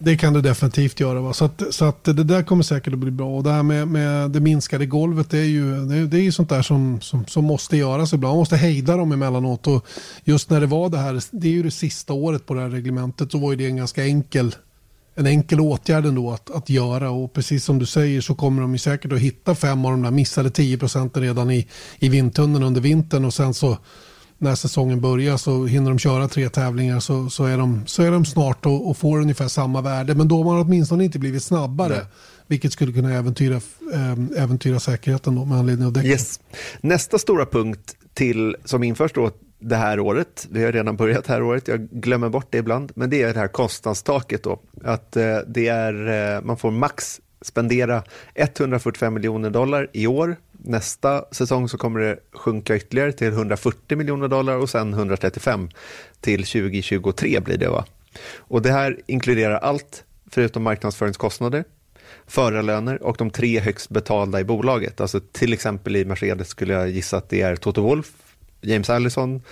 Det kan det definitivt göra. Va? Så att det där kommer säkert att bli bra. Och det här med det minskade golvet, det är ju sånt där som måste göras ibland. Man måste hejda dem emellanåt. Och just när det var det här, det är ju det sista året på det här reglementet, så var ju det en ganska enkel åtgärd ändå att göra. Och precis som du säger så kommer de ju säkert att hitta 5 av de där missade 10% redan i vindtunneln under vintern. Och sen så när säsongen börjar så hinner de köra 3 tävlingar så är de snart och får ungefär samma värde. Men då har man åtminstone inte blivit snabbare. Nej. Vilket skulle kunna äventyra säkerheten då med anledning av däcken. Yes. Nästa stora punkt som införs då det här året, vi har redan börjat här året, jag glömmer bort det ibland, men det är det här kostnadstaket då. Att man får max spendera $145 miljoner i år. Nästa säsong så kommer det sjunka ytterligare till $140 miljoner och sen 135 till 2023 blir det, va? Och det här inkluderar allt förutom marknadsföringskostnader, förarlöner och de 3 högst betalda i bolaget. Alltså till exempel i Mercedes skulle jag gissa att det är Toto Wolff, James Allison,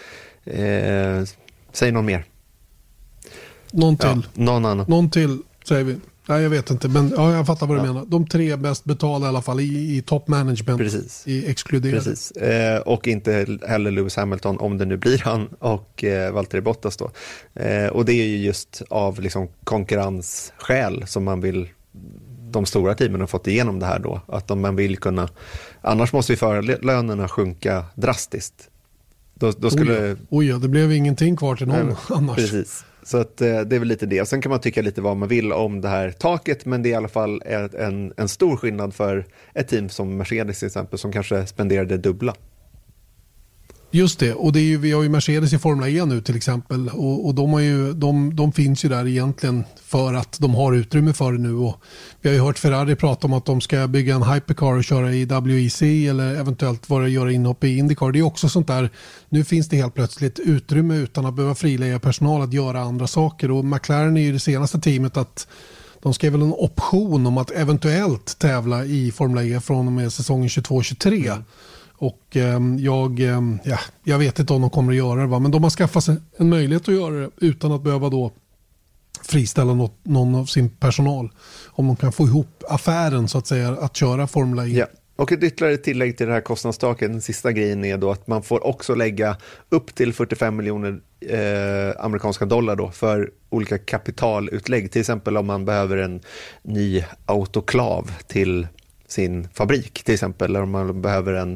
säg någon mer. Någon till. Ja, någon annan. Någon till säger vi. Nej, jag vet inte, men ja, jag fattar vad du menar. De 3 bäst betalda i alla fall i top management. Precis. I exkluderade. Precis. Och inte heller Lewis Hamilton, om det nu blir han, och Valtteri Bottas då. Och det är ju just av liksom konkurrensskäl som man vill, de stora teamen har fått igenom det här då. Att om man vill kunna, annars måste ju förarlönerna sjunka drastiskt. Då skulle... Oj, det blev ingenting kvar till någon annars. Precis. Så att, det är väl lite det. Sen kan man tycka lite vad man vill om det här taket, men det är i alla fall en stor skillnad för ett team som Mercedes till exempel, som kanske spenderar det dubbla. Just det, och vi har ju Mercedes i Formula E nu till exempel, och de finns ju där egentligen för att de har utrymme för det nu. Och vi har ju hört Ferrari prata om att de ska bygga en hypercar och köra i WEC eller eventuellt göra inhopp i IndyCar. Det är också sånt där, nu finns det helt plötsligt utrymme utan att behöva frilägga personal att göra andra saker. Och McLaren är ju det senaste teamet att de skrev väl en option om att eventuellt tävla i Formula E från och med säsongen 22-23. Och jag vet inte om de kommer att göra det, va? Men de har skaffat sig en möjlighet att göra det utan att behöva då friställa någon av sin personal. Om de kan få ihop affären så att säga att köra Formula E. Ja. Och ett ytterligare tillägg till det här kostnadstaket, den sista grejen är då att man får också lägga upp till 45 miljoner amerikanska dollar då för olika kapitalutlägg. Till exempel om man behöver en ny autoklav till sin fabrik till exempel, eller om man behöver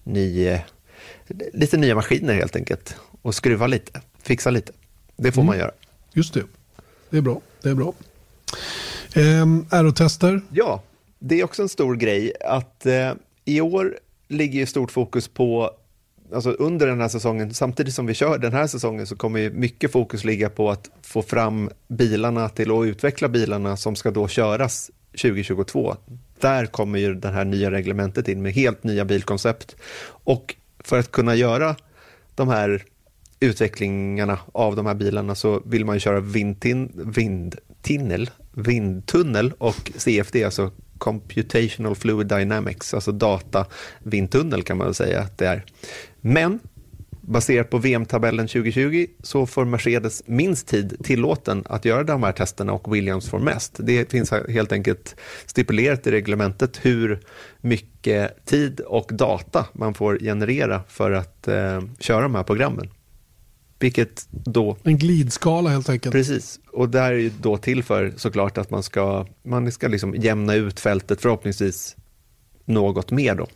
lite nya maskiner helt enkelt och skruva lite, fixa lite. Det får man göra. Just det. Det är bra. Aerotester? Ja, det är också en stor grej att i år ligger ju stort fokus på, alltså under den här säsongen, samtidigt som vi kör den här säsongen så kommer ju mycket fokus ligga på att få fram bilarna till att utveckla bilarna som ska då köras 2022. Där kommer ju det här nya reglementet in med helt nya bilkoncept. Och för att kunna göra de här utvecklingarna av de här bilarna så vill man ju köra vindtunnel och CFD, alltså Computational Fluid Dynamics, alltså data-vindtunnel kan man väl säga att det är. Men baserat på VM-tabellen 2020 så får Mercedes minst tid tillåten att göra de här testerna och Williams får mest. Det finns helt enkelt stipulerat i reglementet hur mycket tid och data man får generera för att köra de här programmen. Vilket då... En glidskala helt enkelt. Precis, och där är ju då till för såklart att man ska liksom jämna ut fältet förhoppningsvis något mer då.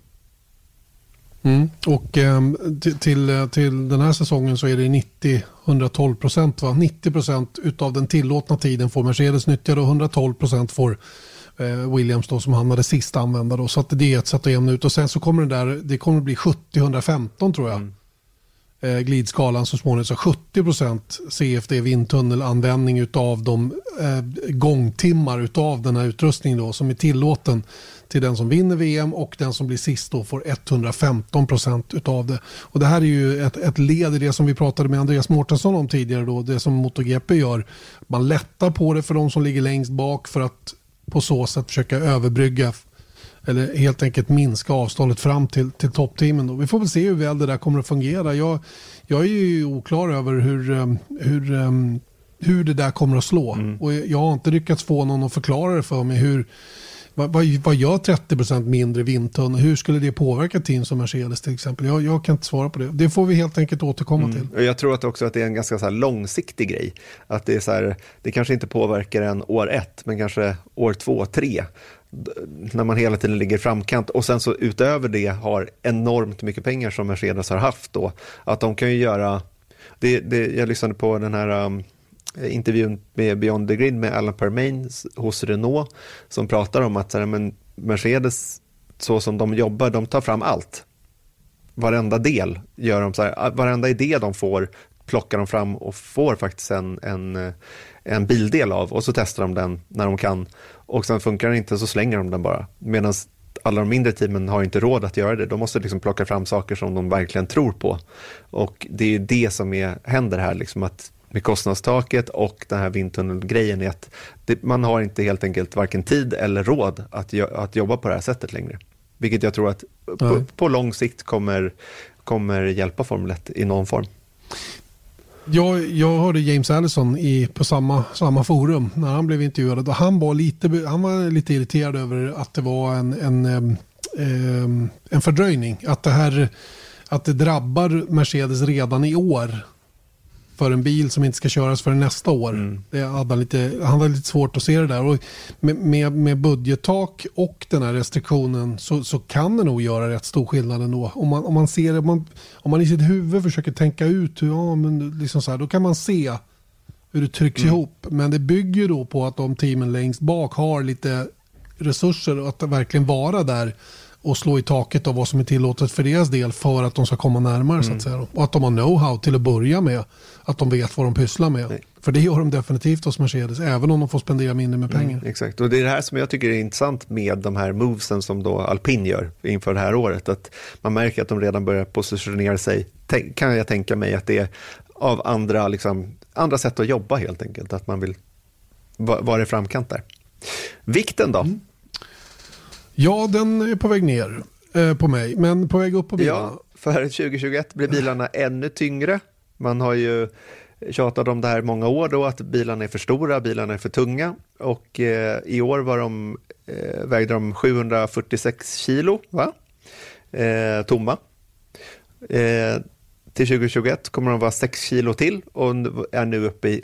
Och till den här säsongen så är det 112%, va? 90% utav den tillåtna tiden får Mercedes nyttja och 112% får Williams då, som hamnade sist använda då. Så att det är ett sätt att jämna ut. Och sen så kommer det kommer bli 70-115 tror jag. Glidskalan så småningom, så 70% CFD vindtunnelanvändning utav de gångtimmar utav den här utrustningen då, som är tillåten till den som vinner VM, och den som blir sist då får 115% utav det. Och det här är ju ett led i det som vi pratade med Andreas Mårtensson om tidigare då, det som MotoGP gör. Man lättar på det för de som ligger längst bak för att på så sätt försöka överbrygga eller helt enkelt minska avståndet fram till toppteamen då. Vi får väl se hur väl det där kommer att fungera. Jag är ju oklar över hur det där kommer att slå. Och jag har inte lyckats få någon att förklara det för mig. Vad gör 30% mindre vindtunnor? Hur skulle det påverka team som Mercedes till exempel? Jag kan inte svara på det. Det får vi helt enkelt återkomma till. Jag tror att också att det är en ganska så här långsiktig grej. Att det är så här, det kanske inte påverkar en år 1, men kanske år 2, 3. När man hela tiden ligger i framkant och sen så utöver det har enormt mycket pengar som Mercedes har haft då. Att de kan ju göra, jag lyssnade på den här intervjun med Beyond the Grid med Alan Permain hos Renault som pratar om att så här, men Mercedes, så som de jobbar, de tar fram allt. Varenda del gör de så här, varenda idé de får plockar de fram och får faktiskt en bildel av och så testar de den när de kan och sen funkar den inte så slänger de den bara. Medan alla de mindre teamen har inte råd att göra det. De måste liksom plocka fram saker som de verkligen tror på. Och det är det som händer här liksom, att med kostnadstaket och den här vindtunnelgrejen är att man har inte helt enkelt varken tid eller råd att jobba på det här sättet längre. Vilket jag tror att på lång sikt kommer hjälpa Formel 1 i någon form. Jag hörde James Allison på samma forum när han blev intervjuad och han var lite irriterad över att det var en fördröjning. Att det drabbar Mercedes redan i år för en bil som inte ska köras för nästa år. Det han hade lite svårt att se det där. Och med budgettak och den här restriktionen så kan det nog göra rätt stor skillnad ändå. Om man ser det, om man i sitt huvud försöker tänka ut liksom så här, då kan man se hur det trycks ihop. Men det bygger då på att de teamen längst bak har lite resurser att verkligen vara där och slå i taket av vad som är tillåtet för deras del för att de ska komma närmare så att säga. Och att de har know-how till att börja med. Att de vet vad de pysslar med. Nej. För det gör de definitivt hos Mercedes, även om de får spendera mindre med pengar. Exakt, och det är det här som jag tycker är intressant med de här movesen som då Alpine gör inför det här året. Att man märker att de redan börjar positionera sig, kan jag tänka mig att det är av andra sätt att jobba helt enkelt. Att man vill vara i framkant där. Vikten då? Ja, den är på väg ner på mig, men på väg upp på bilarna. Ja, för 2021 blir bilarna ännu tyngre. Man har ju tjatat om det här många år då, att bilarna är för stora, bilarna är för tunga. Och i år vägde de 746 kilo, va? Tomma. Till 2021 kommer de vara 6 kilo till och är nu uppe i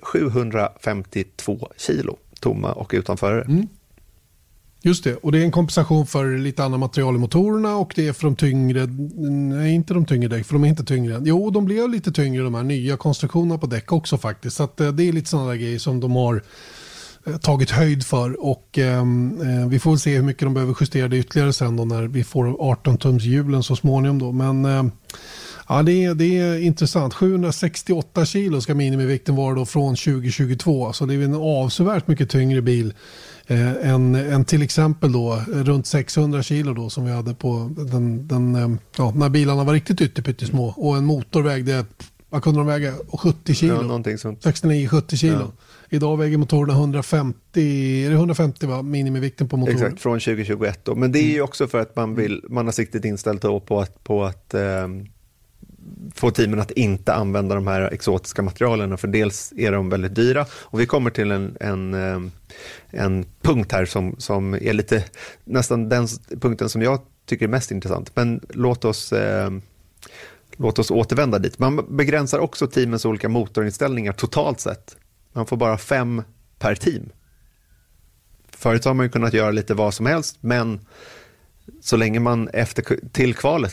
752 kilo tomma och utanför. Just det, och det är en kompensation för lite andra material i motorerna och det är för de tyngre, nej inte de tyngre däck, för de är inte tyngre. Jo, de blev lite tyngre de här nya konstruktionerna på däck också faktiskt. Så att det är lite sådana där grejer som de har tagit höjd för och vi får väl se hur mycket de behöver justera det ytterligare sen då när vi får 18-tums hjulen så småningom då. Men ja, det är intressant. 768 kilo ska minimivikten vara då från 2022. Så det är en avsevärt mycket tyngre bil än till exempel då runt 600 kilo då som vi hade på när bilarna var riktigt ytterpyttesmå. Och en motor vägde, vad kunde de väga? 70 kilo. Ja, någonting sånt. 69-70 kilo. Ja. Idag väger motorerna 150 va? Minimivikten på motorn. Exakt, från 2021 då. Men det är ju också för att man har siktet inställt på att få teamen att inte använda de här exotiska materialen, för dels är de väldigt dyra och vi kommer till en punkt här som är lite nästan den punkten som jag tycker är mest intressant, men låt oss återvända dit. Man begränsar också teamens olika motorinställningar totalt sett. Man får bara 5 per team. Förut har man ju kunnat göra lite vad som helst, men så länge man till kvalet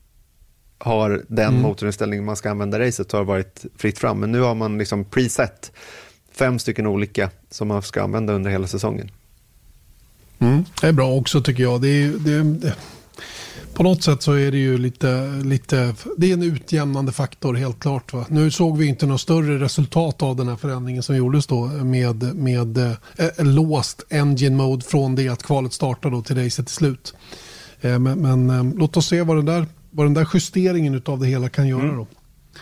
har den motorinställningen man ska använda racet har varit fritt fram. Men nu har man liksom preset 5 stycken olika som man ska använda under hela säsongen. Det är bra också tycker jag. Det på något sätt så är det ju lite det är en utjämnande faktor helt klart. Va? Nu såg vi inte något större resultat av den här förändringen som gjordes då med låst engine mode från det att kvalet startade då till racet till slut. Men låt oss se vad den där justeringen utav det hela kan göra då.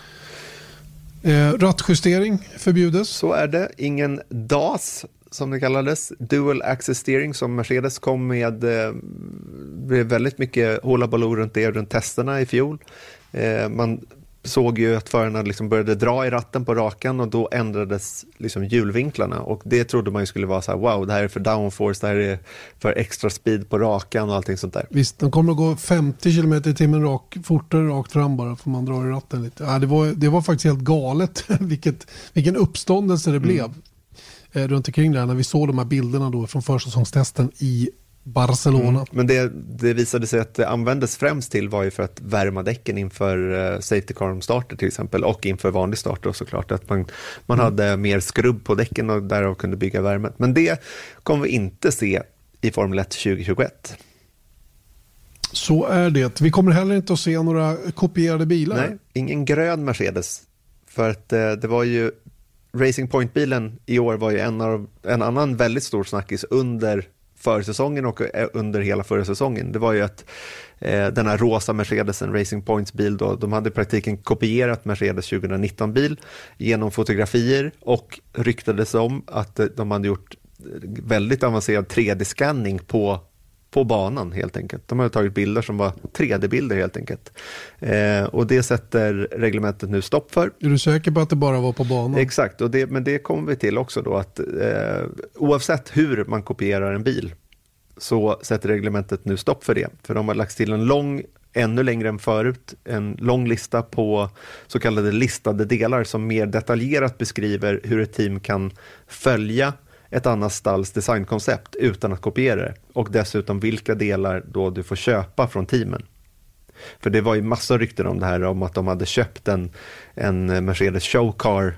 Rattjustering förbjudes. Så är det. Ingen DAS som det kallades. Dual Access Steering som Mercedes kom med. Det blev väldigt mycket hålla balor runt testerna i fjol. Man såg ju att förarna liksom började dra i ratten på rakan och då ändrades liksom hjulvinklarna och det trodde man ju skulle vara så här: wow, det här är för downforce, det här är för extra speed på rakan och allting sånt där. Visst, de kommer att gå 50 km i timmen fortare rakt fram bara för man drar i ratten lite. Ja, det var faktiskt helt galet vilken uppståndelse det blev runt omkring där när vi såg de här bilderna då från försäsongstesten i Barcelona. Men det visade sig att det användes främst till var ju för att värma däcken inför safety car starter till exempel och inför vanlig starter såklart. Att man hade mer skrubb på däcken och därav kunde bygga värmet. Men det kommer vi inte se i Formel 1 2021. Så är det. Vi kommer heller inte att se några kopierade bilar. Nej, ingen grön Mercedes. För att det var ju Racing Point-bilen i år var ju en annan väldigt stor snackis under försäsongen och under hela förra säsongen. Det var ju att den här rosa Mercedesen, Racing Points bil då, de hade i praktiken kopierat Mercedes 2019-bil genom fotografier och ryktades om att de hade gjort väldigt avancerad 3D-scanning på banan helt enkelt. De har tagit bilder som var 3D-bilder helt enkelt. Och det sätter reglementet nu stopp för. Är du säker på att det bara var på banan? Exakt, men det kommer vi till också då att oavsett hur man kopierar en bil så sätter reglementet nu stopp för det. För de har lagt till ännu längre än förut, en lång lista på så kallade listade delar som mer detaljerat beskriver hur ett team kan följa ett annat stalls designkoncept utan att kopiera det. Och dessutom vilka delar då du får köpa från teamen. För det var ju massa rykten om det här, om att de hade köpt en Mercedes showcar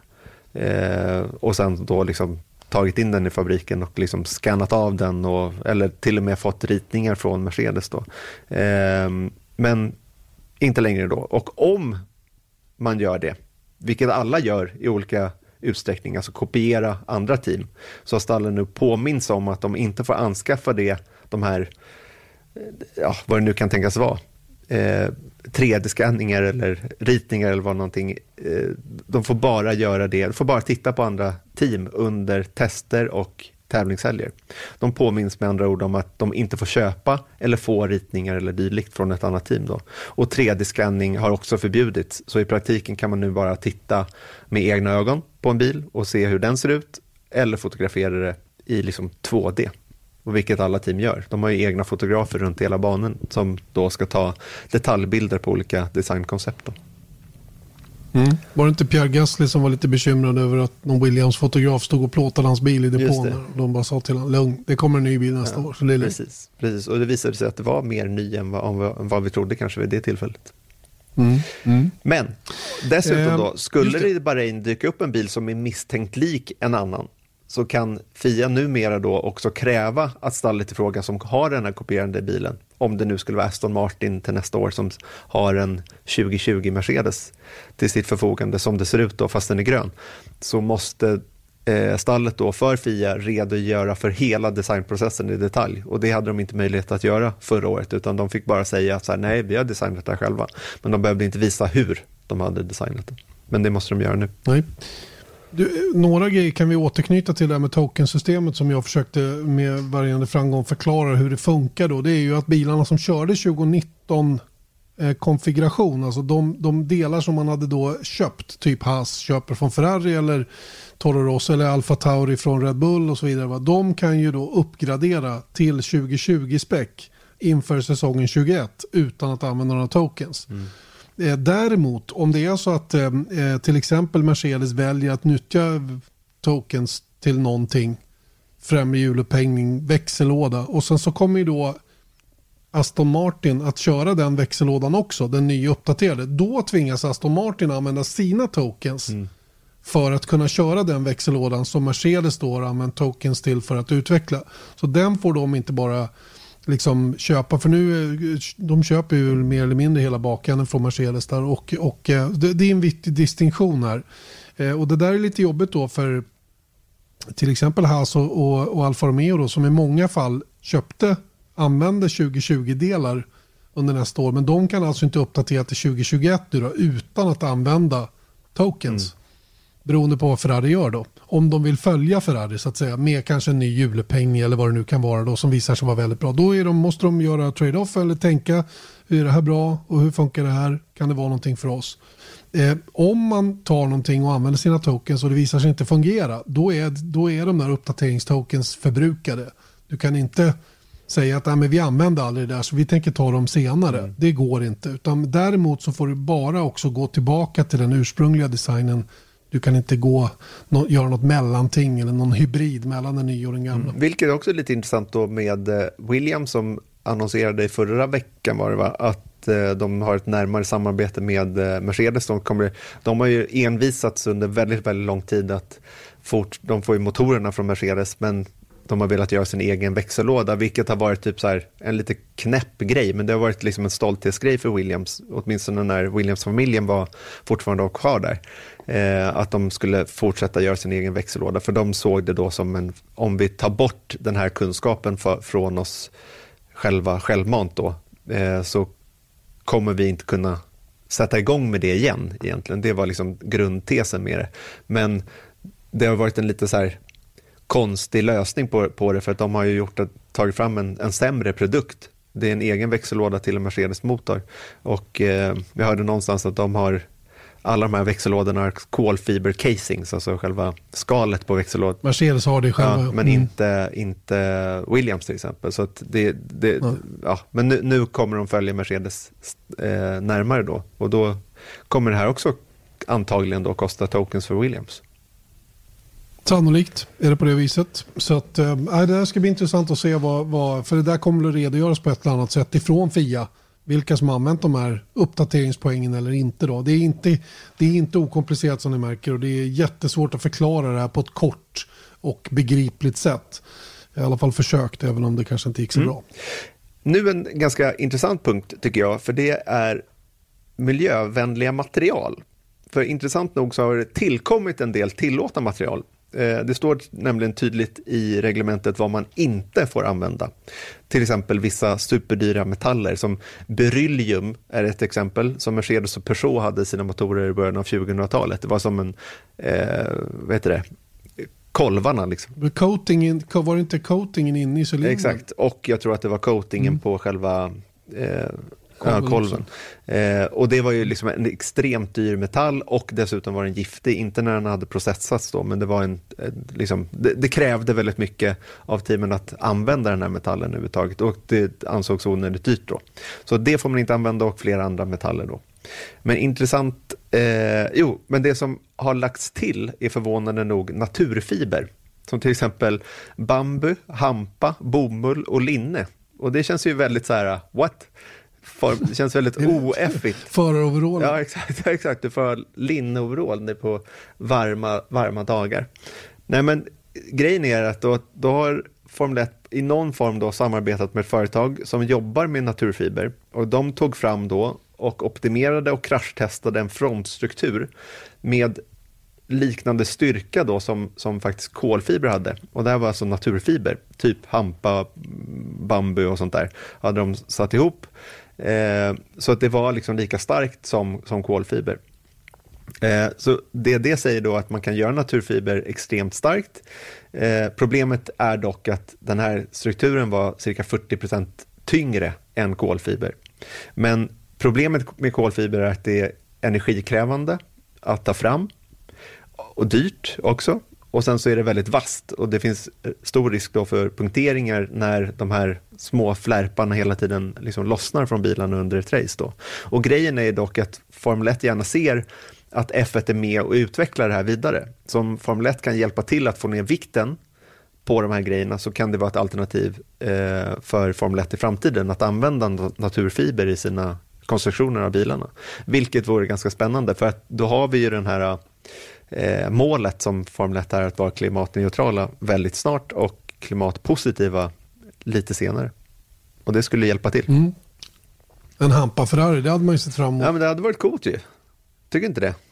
och sen då liksom tagit in den i fabriken och liksom skannat av den eller till och med fått ritningar från Mercedes då. Men inte längre då. Och om man gör det, vilket alla gör i olika utsträckning, alltså kopiera andra team, så har stallen nu påminns om att de inte får anskaffa de här, vad det nu kan tänkas vara, 3D-skanningar eller ritningar eller vad någonting, de får bara göra det, de får bara titta på andra team under tester och tävlingshelger. De påminns med andra ord om att de inte får köpa eller få ritningar eller dylikt från ett annat team då. Och 3D-skanning har också förbjudits, så i praktiken kan man nu bara titta med egna ögon på en bil och se hur den ser ut eller fotografera det i liksom 2D. Och vilket alla team gör. De har ju egna fotografer runt hela banan som då ska ta detaljbilder på olika designkoncept då. Var det inte Pierre Gasly som var lite bekymrad över att någon Williams-fotograf stod och plåtade hans bil i depån? Och de bara sa till honom, lugn, det kommer en ny bil nästa år. Så det är precis. Och det visade sig att det var mer ny än vad vi trodde kanske vid det tillfället. Men dessutom då, skulle det i Bahrain dyka upp en bil som är misstänkt lik en annan, så kan FIA numera då också kräva att stallet i fråga som har den här kopierande bilen, om det nu skulle vara Aston Martin till nästa år som har en 2020 Mercedes till sitt förfogande som det ser ut då fast den är grön, så måste stallet då för FIA redogöra för hela designprocessen i detalj, och det hade de inte möjlighet att göra förra året, utan de fick bara säga så här, nej, vi har designat det här själva, men de behövde inte visa hur de hade designat det, men det måste de göra nu. Nej. Några grejer kan vi återknyta till det här med tokensystemet som jag försökte med varierande framgång förklara hur det funkar då. Det är ju att bilarna som körde 2019 konfiguration, alltså de delar som man hade då köpt, typ Haas köper från Ferrari eller Toro Rosso eller Alfa Tauri från Red Bull och så vidare, de kan ju då uppgradera till 2020 spec inför säsongen 21 utan att använda några tokens. Däremot om det är så att till exempel Mercedes väljer att nyttja tokens till någonting, främre hjulupphängning, växellåda, och sen så kommer ju då Aston Martin att köra den växellådan också, den nya uppdaterade, då tvingas Aston Martin använda sina tokens för att kunna köra den växellådan som Mercedes då har använt tokens till för att utveckla. Så den får de inte bara liksom köpa, för nu de köper ju mer eller mindre hela bakänden från Mercedes där, och det är en viktig distinktion här, och det där är lite jobbigt då för till exempel Haas och Alfa Romeo då, som i många fall använde 2020-delar under nästa år, men de kan alltså inte uppdatera till 2021 nu då, utan att använda tokens. beroende på vad Ferrari gör då. Om de vill följa Ferrari så att säga med kanske en ny hjulupphängning eller vad det nu kan vara då som visar sig vara väldigt bra. Då måste de göra trade-off eller tänka hur är det här bra och hur funkar det här? Kan det vara någonting för oss? Om man tar någonting och använder sina tokens och det visar sig inte fungera, då är de där uppdateringstokens förbrukade. Du kan inte säga att men vi använder aldrig det där så vi tänker ta dem senare. Det går inte. Utan däremot så får du bara också gå tillbaka till den ursprungliga designen. Du kan inte göra något mellanting eller någon hybrid mellan den nya och den gamla. Vilket är också lite intressant då med Williams som annonserade i förra veckan var det va? Att de har ett närmare samarbete med Mercedes. De har ju envisats under väldigt, väldigt lång tid att de får ju motorerna från Mercedes men de har velat göra sin egen växellåda, vilket har varit typ så här en lite knäpp grej, men det har varit liksom en stolthetsgrej för Williams, åtminstone när Williams-familjen var fortfarande kvar där, att de skulle fortsätta göra sin egen växellåda, för de såg det då som om vi tar bort den här kunskapen från oss självmant då, så kommer vi inte kunna sätta igång med det igen egentligen. Det var liksom grundtesen med det. Men det har varit en lite så här konstig lösning på det, för att de har ju tagit fram en sämre produkt. Det är en egen växellåda till en Mercedes-motor. Och vi hörde någonstans att alla de här växellådorna har kolfiber casings, alltså själva skalet på växellådan. Mercedes har det själva. Ja, men inte Williams till exempel. Så att men nu kommer de följa Mercedes närmare då. Och då kommer det här också antagligen då kosta tokens för Williams. Sannolikt är det på det viset. Så att, det här ska bli intressant att se för det där kommer att redogöras på ett eller annat sätt ifrån FIA. Vilka som har använt de här uppdateringspoängen eller inte då. Det är inte okomplicerat som ni märker och det är jättesvårt att förklara det här på ett kort och begripligt sätt. I alla fall försökt, även om det kanske inte gick så bra. Nu en ganska intressant punkt tycker jag, för det är miljövänliga material. För intressant nog så har det tillkommit en del tillåtna material. Det står nämligen tydligt i reglementet vad man inte får använda. Till exempel vissa superdyra metaller som beryllium är ett exempel som Mercedes och Peugeot hade i sina motorer i början av 2000-talet. Det var som en, kolvarna liksom. Var det inte coatingen inne i cylindern? Exakt, och jag tror att det var coatingen på själva kolven. Och det var ju liksom en extremt dyr metall och dessutom var den giftig, inte när den hade processats då, men det var det krävde väldigt mycket av teamen att använda den här metallen överhuvudtaget och det ansågs onödigt dyrt då. Så det får man inte använda och flera andra metaller då. Men intressant, men det som har lagts till är förvånande nog naturfiber, som till exempel bambu, hampa, bomull och linne. Och det känns ju väldigt så här, what? Det känns väldigt oeffigt. Föraroverall. Ja, exakt. Du får linneoverall på varma dagar. Nej, men grejen är att då har Formel 1 i någon form då samarbetat med ett företag som jobbar med naturfiber. Och de tog fram då och optimerade och kraschtestade en frontstruktur med liknande styrka då som faktiskt kolfiber hade. Och det här var alltså naturfiber, typ hampa, bambu och sånt där. Hade de satt ihop. Så att det var liksom lika starkt som kolfiber. Så det säger då att man kan göra naturfiber extremt starkt. Problemet är dock att den här strukturen var cirka 40% tyngre än kolfiber. Men problemet med kolfiber är att det är energikrävande att ta fram och dyrt också. Och sen så är det väldigt vasst och det finns stor risk då för punkteringar när de här små flärparna hela tiden liksom lossnar från bilarna under ett race då. Och grejen är dock att Formel 1 gärna ser att F1 är med och utvecklar det här vidare. Så om Formel 1 kan hjälpa till att få ner vikten på de här grejerna så kan det vara ett alternativ för Formel 1 i framtiden att använda naturfiber i sina konstruktioner av bilarna. Vilket vore ganska spännande, för att då har vi ju den här målet som Formel 1 är att vara klimatneutrala väldigt snart och klimatpositiva lite senare. Och det skulle hjälpa till. En hampa Ferrari, det hade man ju sett fram emot. Ja, men det hade varit coolt ju. Tycker inte det?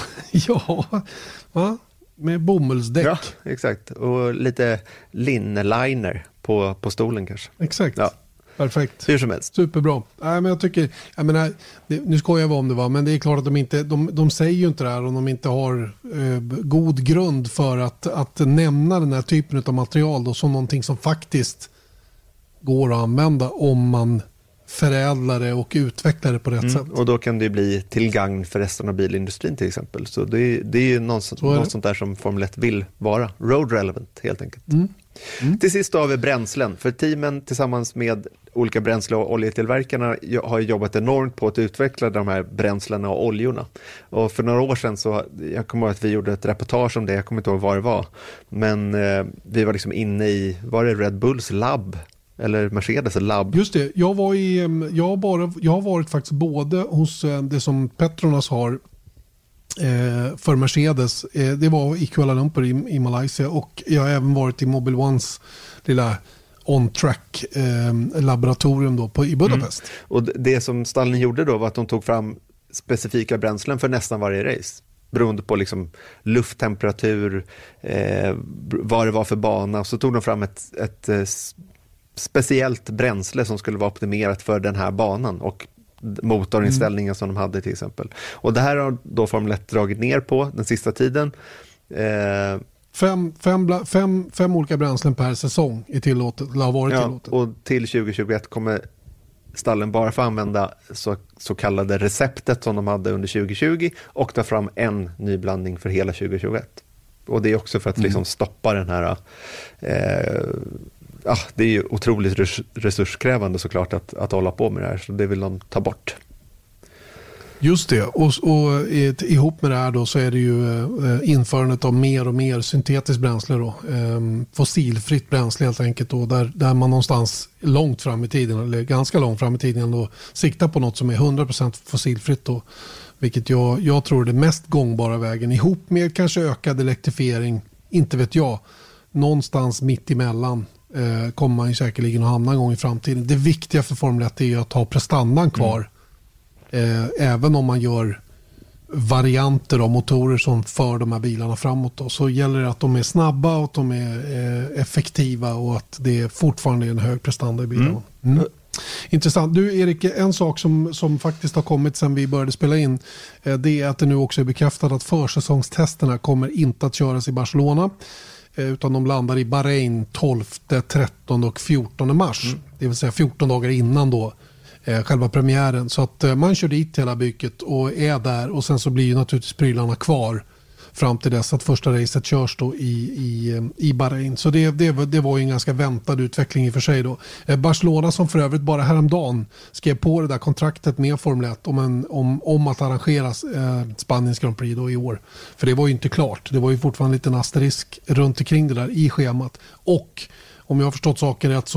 Ja, med bomullsdäck. Ja, exakt. Och lite linneliner på stolen kanske. Exakt. Ja. Perfekt. Hur som helst. Superbra. Nej, men jag menar, nu skojar vi om det, men det är klart att de säger ju inte det här om de inte har god grund för att nämna den här typen av material då, som någonting som faktiskt går att använda om man förädlar det och utvecklar det på rätt sätt. Och då kan det bli till gagn för resten av bilindustrin till exempel. Så det är ju något sånt där som Formel 1 vill vara. Road relevant helt enkelt. Till sist har vi bränslen. För teamen tillsammans med olika bränsle- och oljetillverkarna har jobbat enormt på att utveckla de här bränslena och oljorna. Och för några år sedan så, jag kommer ihåg att vi gjorde ett reportage om det, jag kommer inte ihåg vad det var. Men vi var liksom inne i, var det Red Bulls labb? Eller Mercedes labb. Just det, jag har varit faktiskt både hos det som Petronas har för Mercedes. Det var i Kuala Lumpur i Malaysia, och jag har även varit i Mobile Ones lilla on-track laboratorium då i Budapest. Och det som stallen gjorde då var att de tog fram specifika bränslen för nästan varje race. Beroende på liksom lufttemperatur, vad det var för bana. Så tog de fram ett speciellt bränsle som skulle vara optimerat för den här banan och motorinställningen som de hade till exempel. Och det här har då Formel 1 dragit ner på den sista tiden. Fem olika bränslen per säsong är tillåtet, eller har varit tillåtet. Och till 2021 kommer stallen bara få använda så kallade receptet som de hade under 2020 och ta fram en ny blandning för hela 2021. Och det är också för att liksom stoppa den här det är ju otroligt resurskrävande såklart att hålla på med det här, så det vill de ta bort. Just det, och ihop med det här då så är det ju införandet av mer och mer syntetiskt bränsle då, fossilfritt bränsle helt enkelt då, där man någonstans långt fram i tiden, eller ganska långt fram i tiden då, siktar på något som är 100% fossilfritt då, vilket jag tror är det mest gångbara vägen, ihop med kanske ökad elektrifiering, inte vet jag, någonstans mitt emellan kommer man ju säkerligen att hamna en gång i framtiden. Det viktiga för Formel 1 är ju att ha prestandan kvar. Även om man gör varianter av motorer som för de här bilarna framåt då, så gäller det att de är snabba och att de är effektiva och att det fortfarande är en hög prestanda i bilarna. Intressant. Du Erik, en sak som faktiskt har kommit sedan vi började spela in, det är att det nu också är bekräftat att försäsongstesterna kommer inte att köras i Barcelona, utan de landar i Bahrain 12, 13 och 14 mars. Det vill säga 14 dagar innan då själva premiären. Så att man kör dit hela byket och är där, och sen så blir ju naturligtvis prylarna kvar fram till dess att första racet körs då i Bahrain. Så det var ju en ganska väntad utveckling i och för sig då. Barcelona, som för övrigt bara häromdagen skrev på det där kontraktet med Formel 1 om att arrangera Spaniens Grand Prix då i år. För det var ju inte klart. Det var ju fortfarande en liten asterisk runt omkring det där i schemat. Och om jag har förstått saker rätt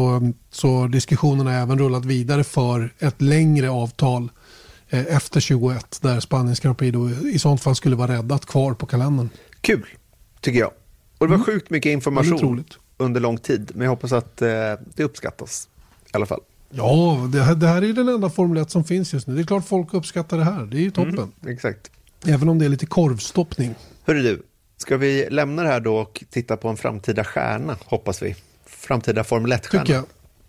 så diskussionerna även rullat vidare för ett längre avtal efter 21, där Spaniens Grand Prix då i sånt fall skulle vara räddat kvar på kalendern. Kul, tycker jag. Och det var sjukt mycket information under lång tid, men jag hoppas att det uppskattas i alla fall. Ja, det här är den enda Formel 1 som finns just nu. Det är klart folk uppskattar det här, det är ju toppen. Exakt. Även om det är lite korvstoppning. Hörru du, ska vi lämna det här då och titta på en framtida stjärna, hoppas vi. Framtida Formel 1-stjärna. Tycker jag.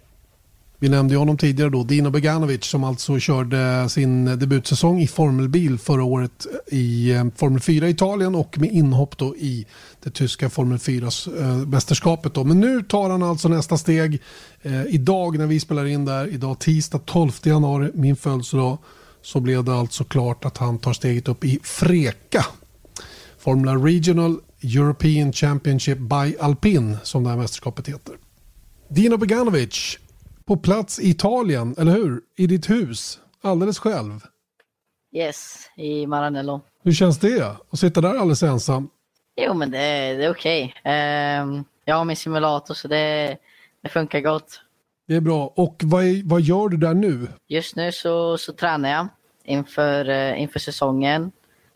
Vi nämnde ju honom tidigare då, Dino Beganovic, som alltså körde sin debutsäsong i Formelbil förra året i Formel 4 i Italien och med inhopp då i det tyska Formel 4s mästerskapet då. Men nu tar han alltså nästa steg. Idag när vi spelar in där, idag tisdag 12 januari, min födelsedag, så blev det alltså klart att han tar steget upp i Freka. Formula Regional European Championship by Alpine, som det här mästerskapet heter. Dino Beganovic på plats i Italien, eller hur? I ditt hus, alldeles själv. Yes, i Maranello. Hur känns det att sitta där alldeles ensam? Jo, men det är okej. Jag har min simulator, så det funkar gott. Det är bra. Och vad gör du där nu? Just nu så tränar jag inför säsongen.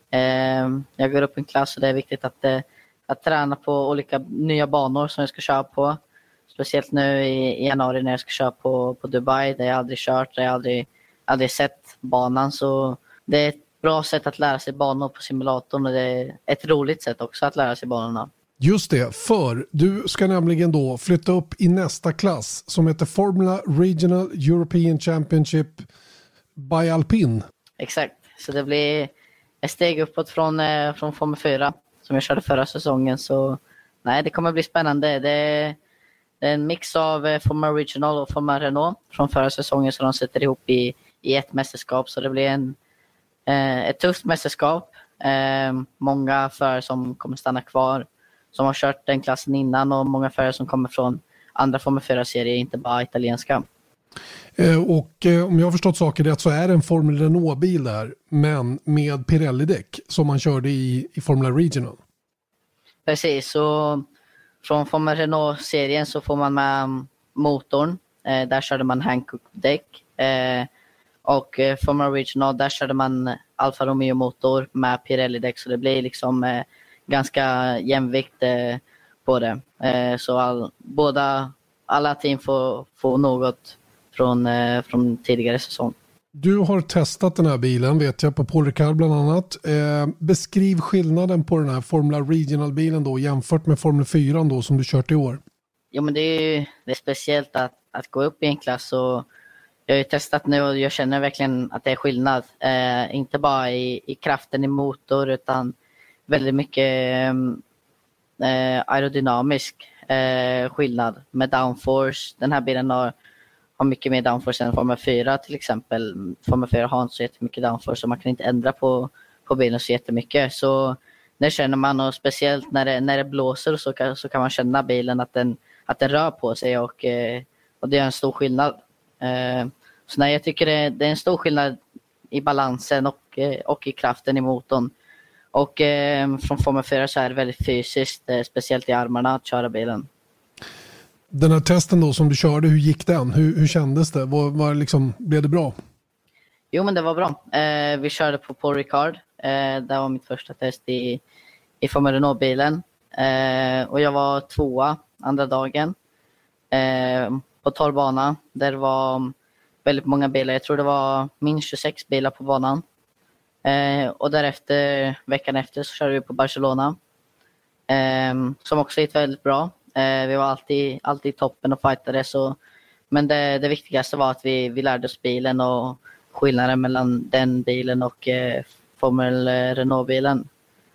Jag går upp en klass, och det är viktigt att träna på olika nya banor som jag ska köra på. Speciellt nu i januari när jag ska köra på Dubai, där jag aldrig kört, där jag aldrig sett banan. Så det är ett bra sätt att lära sig banor på simulatorn, och det är ett roligt sätt också att lära sig banorna. Just det, för du ska nämligen då flytta upp i nästa klass som heter Formula Regional European Championship by Alpine. Exakt, så det blir ett steg uppåt från Formel 4 som jag körde förra säsongen. Så nej, det kommer bli spännande. Det är en mix av Formel Regional och Formel Renault från förra säsongen som de sätter ihop i ett mästerskap. Så det blir ett tufft mästerskap. Många förare som kommer stanna kvar som har kört den klassen innan och många förare som kommer från andra Formel 4-serier, inte bara italienska. Och om jag har förstått saker rätt så är det en Formel Renault-bil där, men med Pirelli-däck som man körde i Formula Regional. Precis, så från Formel Renault-serien så får man med motorn. Där körde man Hankook-däck. Och Formel Regional, där körde man Alfa Romeo-motor med Pirelli-däck. Så det blir liksom ganska jämvikt på det. Så alla team får något från tidigare säsong. Du har testat den här bilen, vet jag, på Paul Ricard bland annat. Beskriv skillnaden på den här Formula Regional-bilen då jämfört med Formel 4 då som du kört i år. Jo, men det är speciellt att gå upp i en klass. Och jag har ju testat nu och jag känner verkligen att det är skillnad. Inte bara i kraften i motor utan väldigt mycket aerodynamisk skillnad med downforce. Den här bilen har mycket mer downforce än Formel 4 till exempel. Formel 4 har inte så jättemycket downforce så man kan inte ändra på bilen så jättemycket. Så det känner man, och speciellt när det blåser så kan man känna bilen att den rör på sig och det är en stor skillnad. Så nej, jag tycker det är en stor skillnad i balansen och i kraften i motorn. Och från Formel 4 så är det väldigt fysiskt, speciellt i armarna att köra bilen. Den här testen då som du körde, hur gick den? Hur kändes det? Blev det bra? Jo, men det var bra. Vi körde på Paul Ricard. Det var mitt första test i Formel Renault-bilen. Och jag var 2:a andra dagen på torrbana. Där det var väldigt många bilar. Jag tror det var minst 26 bilar på banan. Och därefter, veckan efter, så körde vi på Barcelona. Som också gick väldigt bra. Vi var alltid i toppen och fightade. Men det viktigaste var att vi lärde oss bilen och skillnaden mellan den bilen och Formel Renault-bilen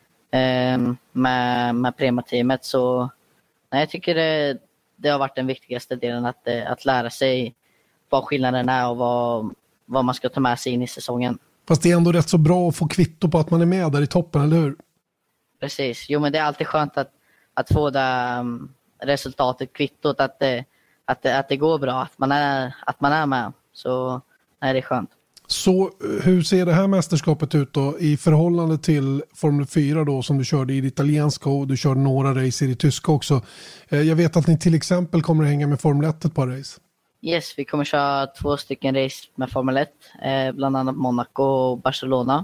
med Prema-teamet. Så nej, jag tycker det har varit den viktigaste delen, att lära sig vad skillnaden är och vad man ska ta med sig in i säsongen. Fast det är ändå rätt så bra att få kvitto på att man är med där i toppen, eller hur? Precis. Jo, men det är alltid skönt att få det resultatet, kvittot, att det går bra, att man är med. Så nej, det är skönt. Så hur ser det här mästerskapet ut då i förhållande till Formel 4 då som du körde i det italienska och du körde några racer i tyska också? Jag vet att ni till exempel kommer att hänga med Formel 1 ett par race. Yes, vi kommer köra 2 stycken race med Formel 1, bland annat Monaco och Barcelona.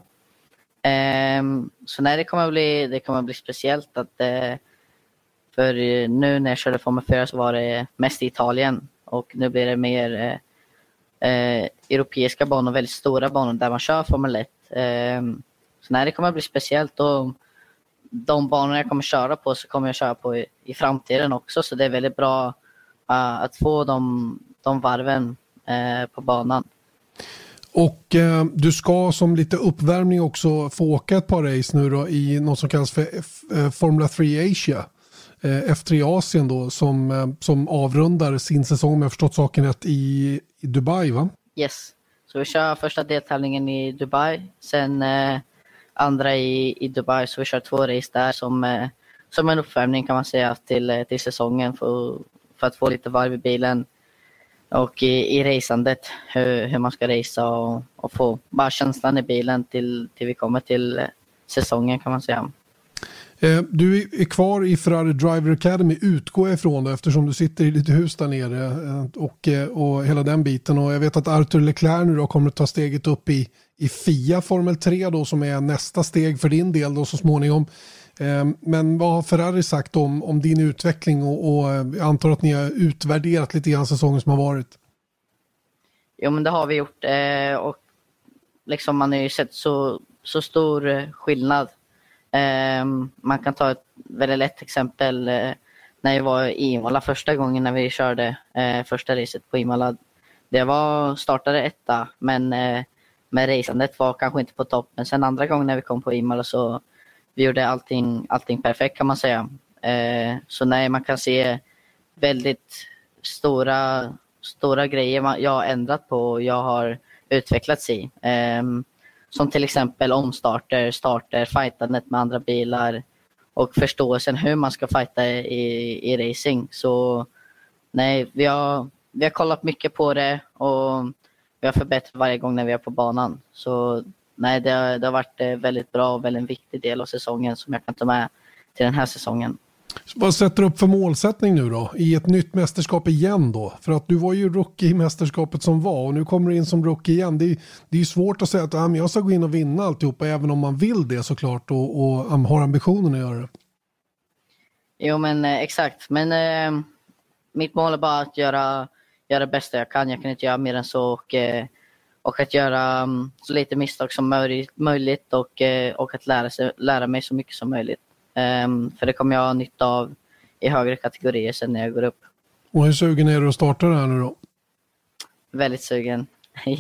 Så nej, det kommer bli speciellt för nu när jag körde Formel 4 så var det mest i Italien och nu blir det mer europeiska banor, väldigt stora banor där man kör Formel 1. Så nej, det kommer bli speciellt, och de banorna jag kommer köra på så kommer jag köra på i framtiden också, så det är väldigt bra att få de varven på banan. Och du ska som lite uppvärmning också få åka ett par race nu då i något som kallas för Formula 3 Asia. F3 Asien då som avrundar sin säsong, om jag förstått saken rätt, i Dubai, va? Yes, så vi kör första deltävlingen i Dubai, sen andra i Dubai, så vi kör 2 race där som en uppvärmning kan man säga till säsongen för att få lite varv i bilen och i racandet, hur man ska racea och få bara känslan i bilen till vi kommer till säsongen kan man säga. Du är kvar i Ferrari Driver Academy, utgår ifrån det, eftersom du sitter i ditt hus där nere och hela den biten. Och jag vet att Arthur Leclerc nu då kommer att ta steget upp i FIA Formel 3 då, som är nästa steg för din del då så småningom. Men vad har Ferrari sagt om din utveckling och jag antar att ni har utvärderat lite grann säsongen som har varit? Jo, men det har vi gjort och liksom man har ju sett så stor skillnad. Man kan ta väldigt lätt exempel när jag var i Imola första gången när vi körde första racet på Imola. Startade etta, men racandet var kanske inte på topp. Men sen andra gången när vi kom på Imola så vi gjorde allting perfekt kan man säga. Så nej, man kan se väldigt stora grejer jag har ändrat på och jag har utvecklats i. Som till exempel starter, fightandet med andra bilar och förståelsen hur man ska fighta i racing. Så nej, vi har kollat mycket på det och vi har förbättrat varje gång när vi är på banan. Så nej, det har varit väldigt bra och väldigt viktig del av säsongen som jag kan ta med till den här säsongen. Så vad sätter du upp för målsättning nu då? I ett nytt mästerskap igen då? För att du var ju rookie i mästerskapet som var och nu kommer du in som rookie igen. Det är ju svårt att säga att jag ska gå in och vinna alltihopa även om man vill det såklart och har ambitionen att göra det. Jo men exakt. Men mitt mål är bara att göra det bästa jag kan. Jag kan inte göra mer än så och att göra så lite misstag som möjligt och att lära mig så mycket som möjligt. För det kommer jag ha nytta av i högre kategorier sen när jag går upp. Och hur sugen är du att starta det här nu då? Väldigt sugen.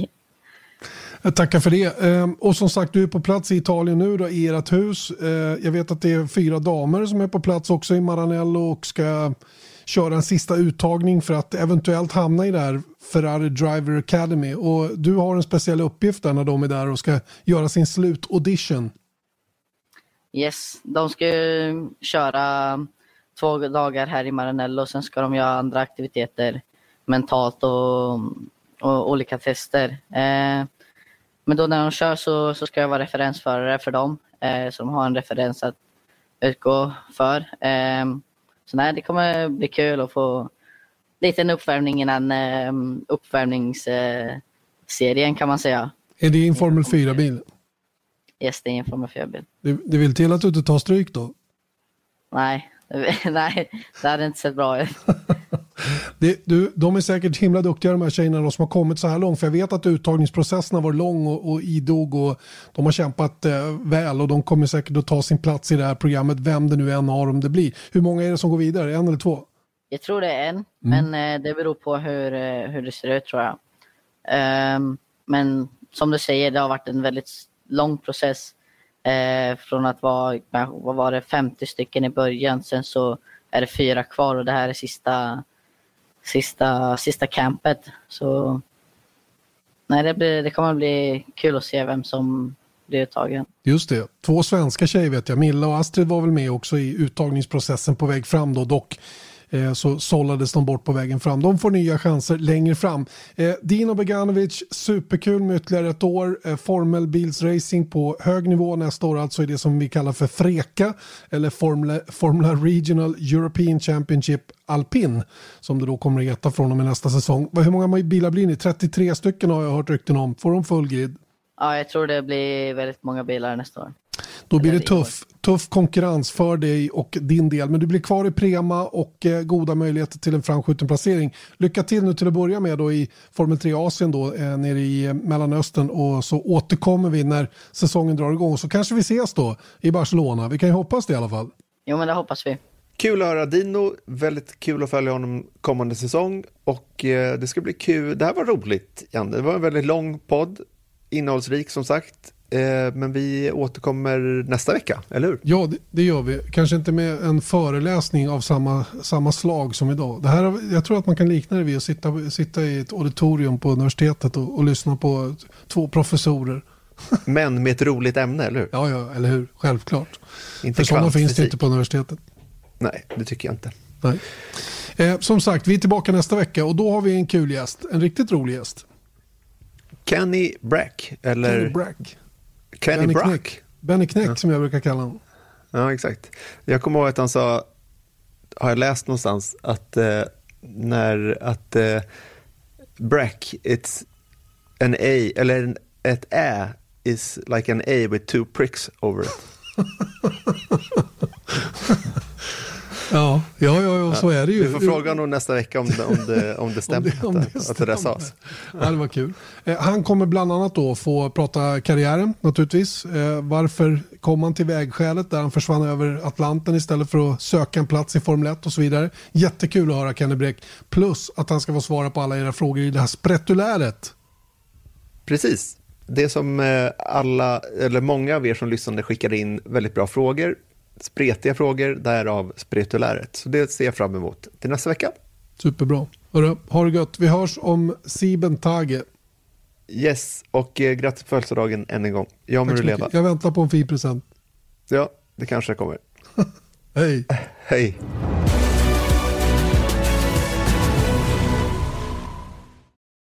Jag tackar för det. Och som sagt, du är på plats i Italien nu då, i ert hus. Jag vet att det är 4 damer som är på plats också i Maranello och ska köra en sista uttagning för att eventuellt hamna i det här Ferrari Driver Academy. Och du har en speciell uppgift där när de är där och ska göra sin slutaudition. Yes, de ska köra 2 dagar här i Maranello och sen ska de göra andra aktiviteter mentalt och olika tester. Men då när de kör så ska jag vara referensförare för dem så de har en referens att utgå för. Så nej, det kommer bli kul att få lite en uppvärmning innan uppvärmningsserien kan man säga. Är det en Formel 4-bil? Yes, det är en Formel 4-bil. Det vill till att du inte tar stryk då? Nej, det hade inte sett bra ut. De är säkert himla duktiga de här tjejerna som har kommit så här långt. För jag vet att uttagningsprocessen har varit lång och idog och de har kämpat väl och de kommer säkert att ta sin plats i det här programmet, vem det nu än har om det blir. Hur många är det som går vidare? 1 eller 2? Jag tror det är 1, men det beror på hur det ser ut tror jag. Men som du säger, det har varit en väldigt lång process. Från att var det 50 stycken i början, sen så är det 4 kvar och det här är sista campet. Så nej, det kommer att bli kul att se vem som blir uttagen. Just det. 2 svenska tjejer vet jag. Milla och Astrid var väl med också i uttagningsprocessen på väg fram då. Dock så sållades de bort på vägen fram. De får nya chanser längre fram. Dino Beganovic, superkul med ytterligare ett år. Formel bilsracing på hög nivå nästa år. Alltså är det som vi kallar för FRECA eller Formula Regional European Championship Alpin som det då kommer att heta från och med nästa säsong. Hur många bilar blir ni? 33 stycken har jag hört rykten om. Får de full grid? Ja, jag tror det blir väldigt många bilar nästa år. Då blir det tuff konkurrens för dig och din del. Men du blir kvar i Prema och goda möjligheter till en framskjuten placering. Lycka till nu till att börja med då i Formel 3 Asien då, nere i Mellanöstern. Och så återkommer vi när säsongen drar igång. Så kanske vi ses då i Barcelona. Vi kan ju hoppas det i alla fall. Jo, men det hoppas vi. Kul att höra Dino. Väldigt kul att följa honom kommande säsong. Och det ska bli kul. Det här var roligt, Jan. Det var en väldigt lång podd. Innehållsrik som sagt. Men vi återkommer nästa vecka, eller hur? Ja, det gör vi. Kanske inte med en föreläsning av samma slag som idag. Det här, jag tror att man kan likna det vid att sitta i ett auditorium på universitetet och lyssna på 2 professorer. Men med ett roligt ämne, eller hur? Ja, eller hur? Självklart. Inte för sådana finns det inte på universitetet. Nej, det tycker jag inte. Nej. Som sagt, vi är tillbaka nästa vecka och då har vi en kul gäst. En riktigt rolig gäst. Kenny Brack. Eller... Kenny Brack. Benny Knäck som jag brukar kalla honom. Ja, exakt. Jag kommer ihåg att han sa, har jag läst någonstans, att Brack, it's an A, eller ett Ä is like an A with 2 pricks over it. Ja, så är det ju. Vi får fråga honom nästa vecka om det stämmer att det där sades. Ja, det var kul. Han kommer bland annat då få prata karriären naturligtvis. Varför kom han till vägskälet där han försvann över Atlanten istället för att söka en plats i Formel 1 och så vidare. Jättekul att höra Kenny Bräck. Plus att han ska få svara på alla era frågor i det här spretuläret. Precis. Det som alla, eller många av er som lyssnade skickade in väldigt bra frågor. Spretiga frågor, därav spretuläret. Så det ser jag fram emot till nästa vecka. Superbra. Hörru, ha det gött. Vi hörs om Sieben Tage. Yes, och grattis på födelsedagen än en gång. Jag må du leva. Jag väntar på en fin present. Ja, det kanske kommer. Hej. Hej.